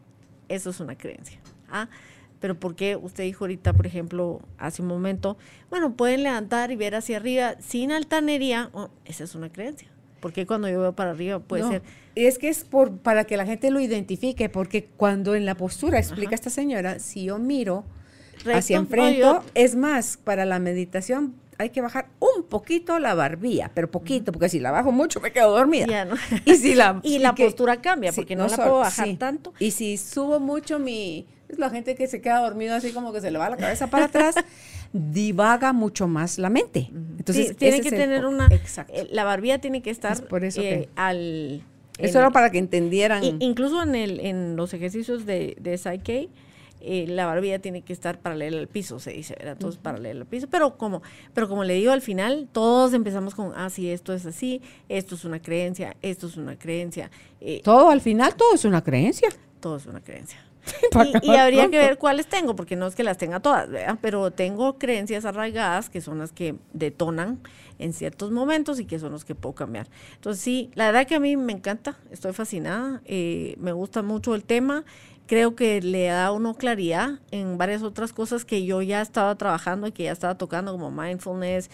eso es una creencia, ¿ah? Pero ¿por qué usted dijo ahorita, por ejemplo, hace un momento, bueno, pueden levantar y ver hacia arriba sin altanería, oh, esa es una creencia? Porque cuando yo veo para arriba puede no, ser... Es que es por para que la gente lo identifique, porque cuando en la postura, explica Ajá. esta señora, si yo miro Recto, hacia enfrente, no, es más, para la meditación hay que bajar un poquito la barbilla, pero poquito, porque si la bajo mucho me quedo dormida. Ya, ¿no? Y, si la, y la que, postura cambia, porque sí, no, no la puedo bajar sí. tanto. Y si subo mucho mi... Es la gente que se queda dormido así como que se le va la cabeza para atrás, divaga mucho más la mente. Entonces sí, tiene que tener el, una... Exacto. Eh, la barbilla tiene que estar es por eso eh, que, al... Eso era para que entendieran. I, incluso en, el, en los ejercicios de, de Psyche, eh, la barbilla tiene que estar paralela al piso, se dice, ¿verdad? Todos uh-huh. paralela al piso, pero como, pero como le digo, al final todos empezamos con, ah, sí, esto es así, esto es una creencia, esto es una creencia. Eh, todo, al final, todo es una creencia. Todo es una creencia. Y, y habría pronto. que ver cuáles tengo, porque no es que las tenga todas, ¿verdad? Pero tengo creencias arraigadas que son las que detonan en ciertos momentos y que son los que puedo cambiar. Entonces sí, la verdad que a mí me encanta, estoy fascinada, eh, me gusta mucho el tema, creo que le da a uno claridad en varias otras cosas que yo ya estaba trabajando y que ya estaba tocando, como mindfulness,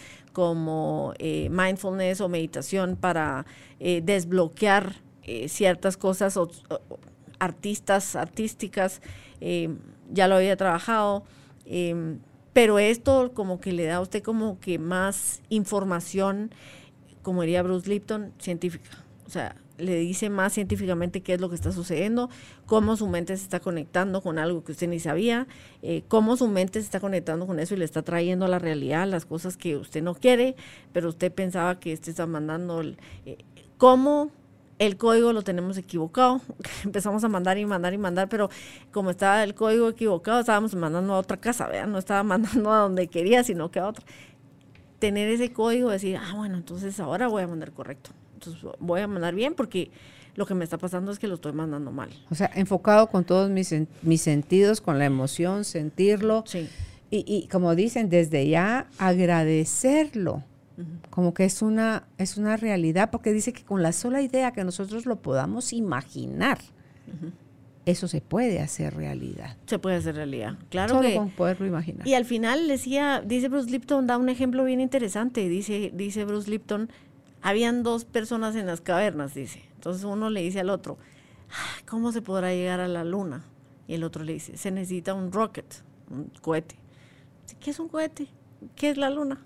como eh, mindfulness o meditación para eh, desbloquear eh, ciertas cosas o, o artistas, artísticas, eh, ya lo había trabajado, eh, pero esto como que le da a usted como que más información, como diría Bruce Lipton, científica. O sea, le dice más científicamente qué es lo que está sucediendo, cómo su mente se está conectando con algo que usted ni sabía, eh, cómo su mente se está conectando con eso y le está trayendo a la realidad las cosas que usted no quiere, pero usted pensaba que usted está mandando, el, eh, cómo el código lo tenemos equivocado. Empezamos a mandar y mandar y mandar, pero como estaba el código equivocado, estábamos mandando a otra casa, ¿verdad? No estaba mandando a donde quería, sino que a otra. Tener ese código, decir, ah, bueno, entonces ahora voy a mandar correcto. Entonces voy a mandar bien porque lo que me está pasando es que lo estoy mandando mal. O sea, enfocado con todos mis, mis sentidos, con la emoción, sentirlo. Sí. Y, y como dicen, desde ya agradecerlo. Uh-huh. Como que es una, es una realidad, porque dice que con la sola idea que nosotros lo podamos imaginar, uh-huh. eso se puede hacer realidad. Se puede hacer realidad, claro. Solo que con poderlo imaginar. Y al final decía, dice Bruce Lipton, da un ejemplo bien interesante, dice, dice Bruce Lipton, habían dos personas en las cavernas, dice. Entonces uno le dice al otro, ¿cómo se podrá llegar a la luna? Y el otro le dice, se necesita un rocket, un cohete. ¿Qué es un cohete? ¿Qué es la luna?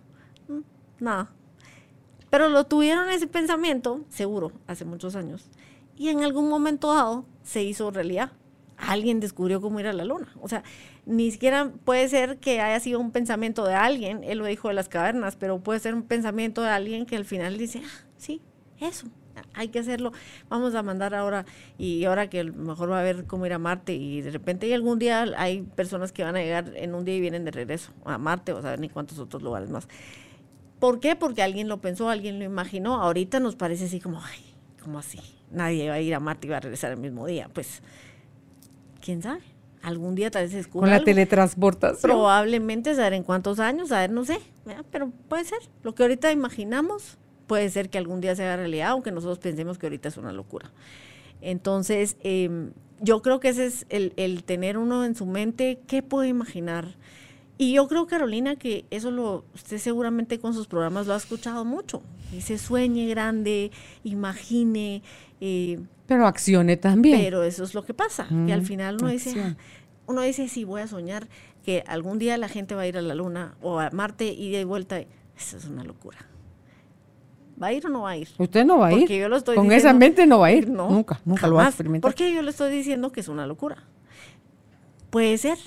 Nada. Pero lo tuvieron ese pensamiento, seguro, hace muchos años, y en algún momento dado se hizo realidad. Alguien descubrió cómo ir a la luna. O sea, ni siquiera puede ser que haya sido un pensamiento de alguien, él lo dijo de las cavernas, pero puede ser un pensamiento de alguien que al final dice, ah, sí, eso, hay que hacerlo, vamos a mandar ahora, y ahora que a lo mejor va a ver cómo ir a Marte, y de repente y algún día hay personas que van a llegar en un día y vienen de regreso a Marte, o sea, ni cuántos otros lugares más. ¿Por qué? Porque alguien lo pensó, alguien lo imaginó. Ahorita nos parece así como, ay, ¿cómo así? Nadie va a ir a Marte y va a regresar el mismo día. Pues, ¿quién sabe? Algún día tal vez se descubra con la algo. Teletransportación. Probablemente, saber en cuántos años, a ver, no sé, ¿verdad? Pero puede ser. Lo que ahorita imaginamos puede ser que algún día sea realidad, aunque nosotros pensemos que ahorita es una locura. Entonces, eh, yo creo que ese es el, el tener uno en su mente, ¿qué puede imaginar? Y yo creo, Carolina, que eso lo usted seguramente con sus programas lo ha escuchado mucho. Dice, sueñe grande, imagine. Eh, pero accione también. Pero eso es lo que pasa, mm, que al final uno acción. dice, uno dice, sí, voy a soñar que algún día la gente va a ir a la Luna o a Marte y de vuelta. Eso es una locura. ¿Va a ir o no va a ir? Usted no va a ir. Porque yo lo estoy con diciendo, esa mente no va a ir. No, nunca, nunca jamás, lo va a experimentar. Porque yo le estoy diciendo que es una locura. Puede ser.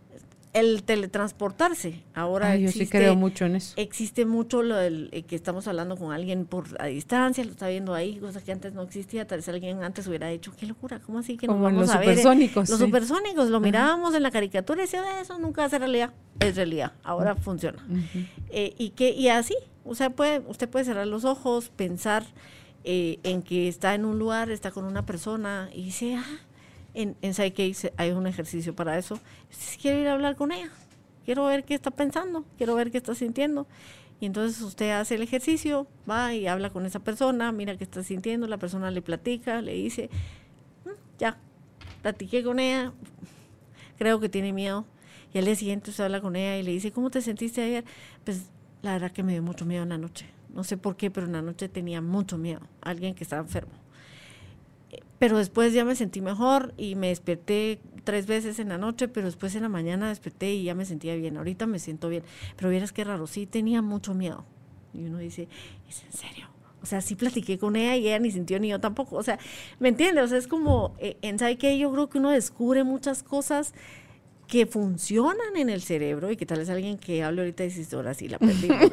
El teletransportarse, ahora Ay, existe, yo sí creo mucho en eso. Existe mucho lo del eh, que estamos hablando con alguien por a distancia, lo está viendo ahí, cosa que antes no existía, tal vez alguien antes hubiera dicho, qué locura, ¿cómo así que nos Como vamos los a ver? supersónicos. Los sí. supersónicos, lo uh-huh. mirábamos en la caricatura y decía, eso nunca va a ser realidad, es realidad, ahora uh-huh. funciona. Uh-huh. Eh, y, que, y así, o sea, puede, usted puede cerrar los ojos, pensar eh, en que está en un lugar, está con una persona y dice, ah, en, en Psyche hay un ejercicio para eso, quiero ir a hablar con ella. Quiero ver qué está pensando, quiero ver qué está sintiendo. Y entonces usted hace el ejercicio, va y habla con esa persona, mira qué está sintiendo, la persona le platica, le dice, ya, platiqué con ella, creo que tiene miedo. Y al día siguiente usted habla con ella y le dice, ¿cómo te sentiste ayer? Pues la verdad que me dio mucho miedo en la noche. No sé por qué, pero en la noche tenía mucho miedo. Alguien que estaba enfermo. Pero después ya me sentí mejor y me desperté tres veces en la noche, pero después en la mañana desperté y ya me sentía bien. Ahorita me siento bien. Pero vieras qué raro, sí tenía mucho miedo. Y uno dice, ¿es en serio? O sea, sí platiqué con ella y ella ni sintió ni yo tampoco. O sea, ¿me entiendes? O sea, es como, eh, en ¿sabe qué? Yo creo que uno descubre muchas cosas que funcionan en el cerebro y que tal vez alguien que hable ahorita dice, ahora sí la perdimos.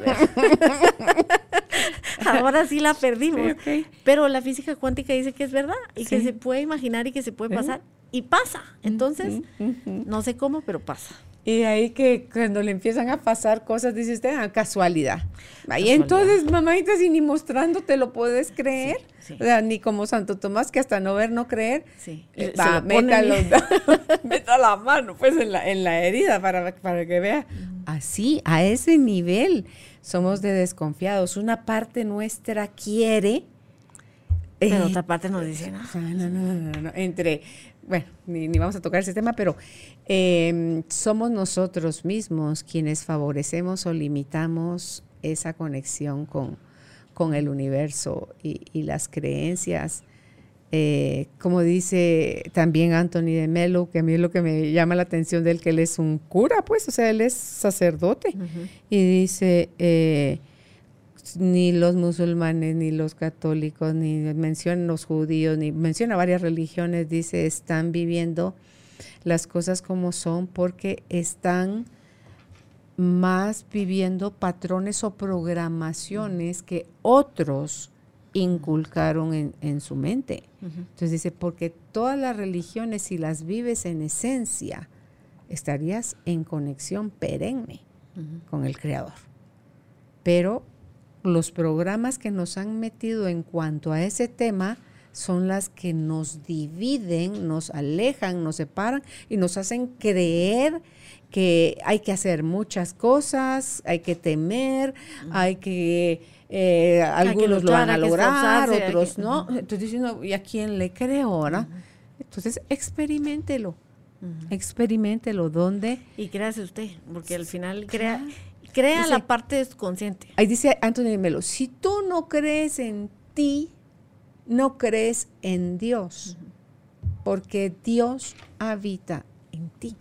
Ahora sí la perdimos. Sí, okay. Pero la física cuántica dice que es verdad y sí. que se puede imaginar y que se puede pasar. ¿Eh? Y pasa. Entonces, uh-huh. no sé cómo, pero pasa. Y ahí que cuando le empiezan a pasar cosas, dice usted, ah, casualidad. Ahí entonces, mamadita, si ni mostrándote lo puedes creer, sí, sí. O sea, ni como Santo Tomás, que hasta no ver, no creer, sí. eh, va, meta, los, meta la mano pues en la, en la herida para, para que vea. Uh-huh. Así, a ese nivel, somos de desconfiados. Una parte nuestra quiere, pero eh, otra parte nos dice, no, no, no, no, no. Entre, bueno, ni, ni vamos a tocar ese tema, pero eh, somos nosotros mismos quienes favorecemos o limitamos esa conexión con, con el universo y, y las creencias. Eh, como dice también Anthony de Mello, que a mí es lo que me llama la atención de él, que él es un cura, pues, o sea, él es sacerdote. Uh-huh. Y dice, eh, ni los musulmanes, ni los católicos, ni menciona los judíos, ni menciona varias religiones, dice, están viviendo las cosas como son porque están más viviendo patrones o programaciones que otros inculcaron en, en su mente. Uh-huh. Entonces dice, porque todas las religiones, si las vives en esencia, estarías en conexión perenne uh-huh. con el Creador. Pero los programas que nos han metido en cuanto a ese tema son las que nos dividen, nos alejan, nos separan y nos hacen creer que hay que hacer muchas cosas, hay que temer, uh-huh. hay que, eh, algunos hay que luchar, lo van a lograr, otros que, no. Uh-huh. Entonces diciendo, ¿y a quién le creo ahora? Uh-huh. Entonces experiméntelo, uh-huh. experiméntelo, ¿dónde? Y créase usted, porque al final crea, crea dice, la parte consciente. Ahí dice Anthony Melo, si tú no crees en ti, no crees en Dios, uh-huh. porque Dios habita en ti.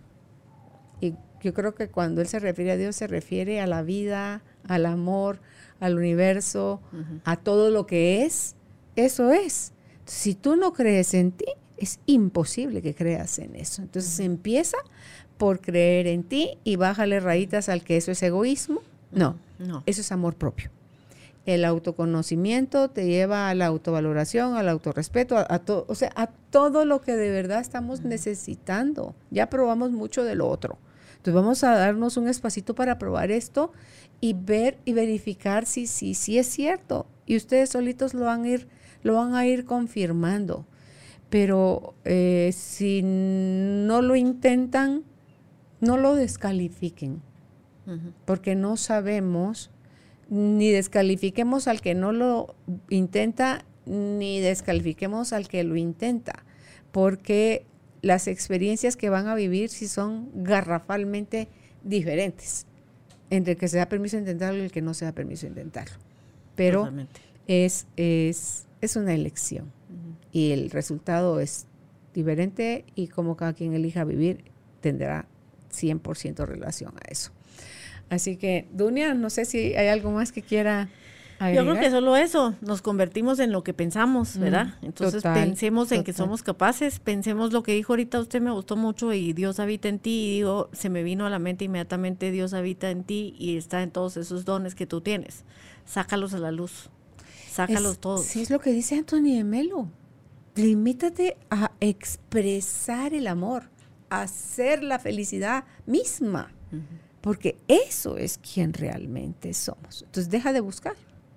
Y yo creo que cuando él se refiere a Dios, se refiere a la vida, al amor, al universo, uh-huh. a todo lo que es. Eso es. Si tú no crees en ti, es imposible que creas en eso. Entonces uh-huh. empieza por creer en ti y bájale rayitas al que eso es egoísmo. No, uh-huh. no. Eso es amor propio. El autoconocimiento te lleva a la autovaloración, al autorrespeto, a, a todo, o sea, a todo lo que de verdad estamos uh-huh. necesitando. Ya probamos mucho de lo otro. Entonces vamos a darnos un espacito para probar esto y ver y verificar si sí si, si es cierto. Y ustedes solitos lo van a ir, lo van a ir confirmando. Pero eh, si no lo intentan, no lo descalifiquen. Uh-huh. Porque no sabemos, ni descalifiquemos al que no lo intenta, ni descalifiquemos al que lo intenta. Porque las experiencias que van a vivir sí son garrafalmente diferentes entre el que se da permiso de intentarlo y el que no se da permiso de intentarlo. Pero es, es, es una elección uh-huh. y el resultado es diferente y como cada quien elija vivir tendrá cien por ciento relación a eso. Así que, Dunia, no sé si hay algo más que quiera agregar. Yo creo que solo eso, nos convertimos en lo que pensamos, ¿verdad? Mm, Entonces total, pensemos en total. que somos capaces, pensemos lo que dijo ahorita usted, me gustó mucho, y Dios habita en ti, y digo, se me vino a la mente inmediatamente, Dios habita en ti y está en todos esos dones que tú tienes. Sácalos a la luz, sácalos es, todos. Sí, es lo que dice Anthony de Melo. Limítate a expresar el amor, a hacer la felicidad misma, uh-huh. porque eso es quien realmente somos. Entonces deja de buscar.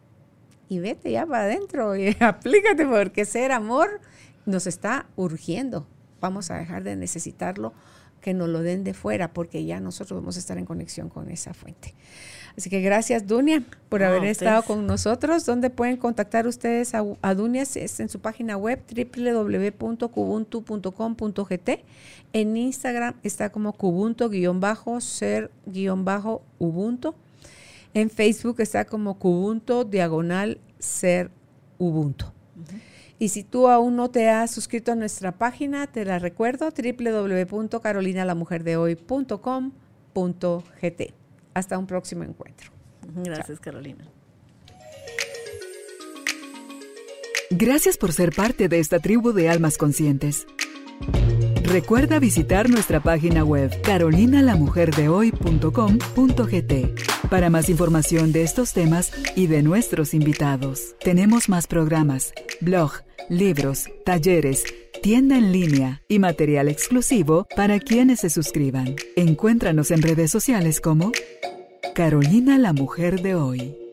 Y vete ya para adentro y aplícate, porque ser amor nos está urgiendo. Vamos a dejar de necesitarlo, que nos lo den de fuera, porque ya nosotros vamos a estar en conexión con esa fuente. Así que gracias, Dunia, por no, haber ustedes. estado con nosotros. ¿Dónde pueden contactar ustedes a, a Dunia? Es en su página web, doble u doble u doble u punto kubuntu punto com punto g t. En Instagram está como kubuntu-ser-ubuntu. En Facebook está como Kubuntu diagonal ser Ubuntu. Uh-huh. Y si tú aún no te has suscrito a nuestra página, te la recuerdo, doble u doble u doble u punto carolina la mujer de hoy punto com punto g t. Hasta un próximo encuentro. Gracias, Chao. Carolina. Gracias por ser parte de esta tribu de almas conscientes. Recuerda visitar nuestra página web carolina la mujer de hoy punto com punto g t para más información de estos temas y de nuestros invitados. Tenemos más programas, blog, libros, talleres, tienda en línea y material exclusivo para quienes se suscriban. Encuéntranos en redes sociales como Carolina la Mujer de Hoy.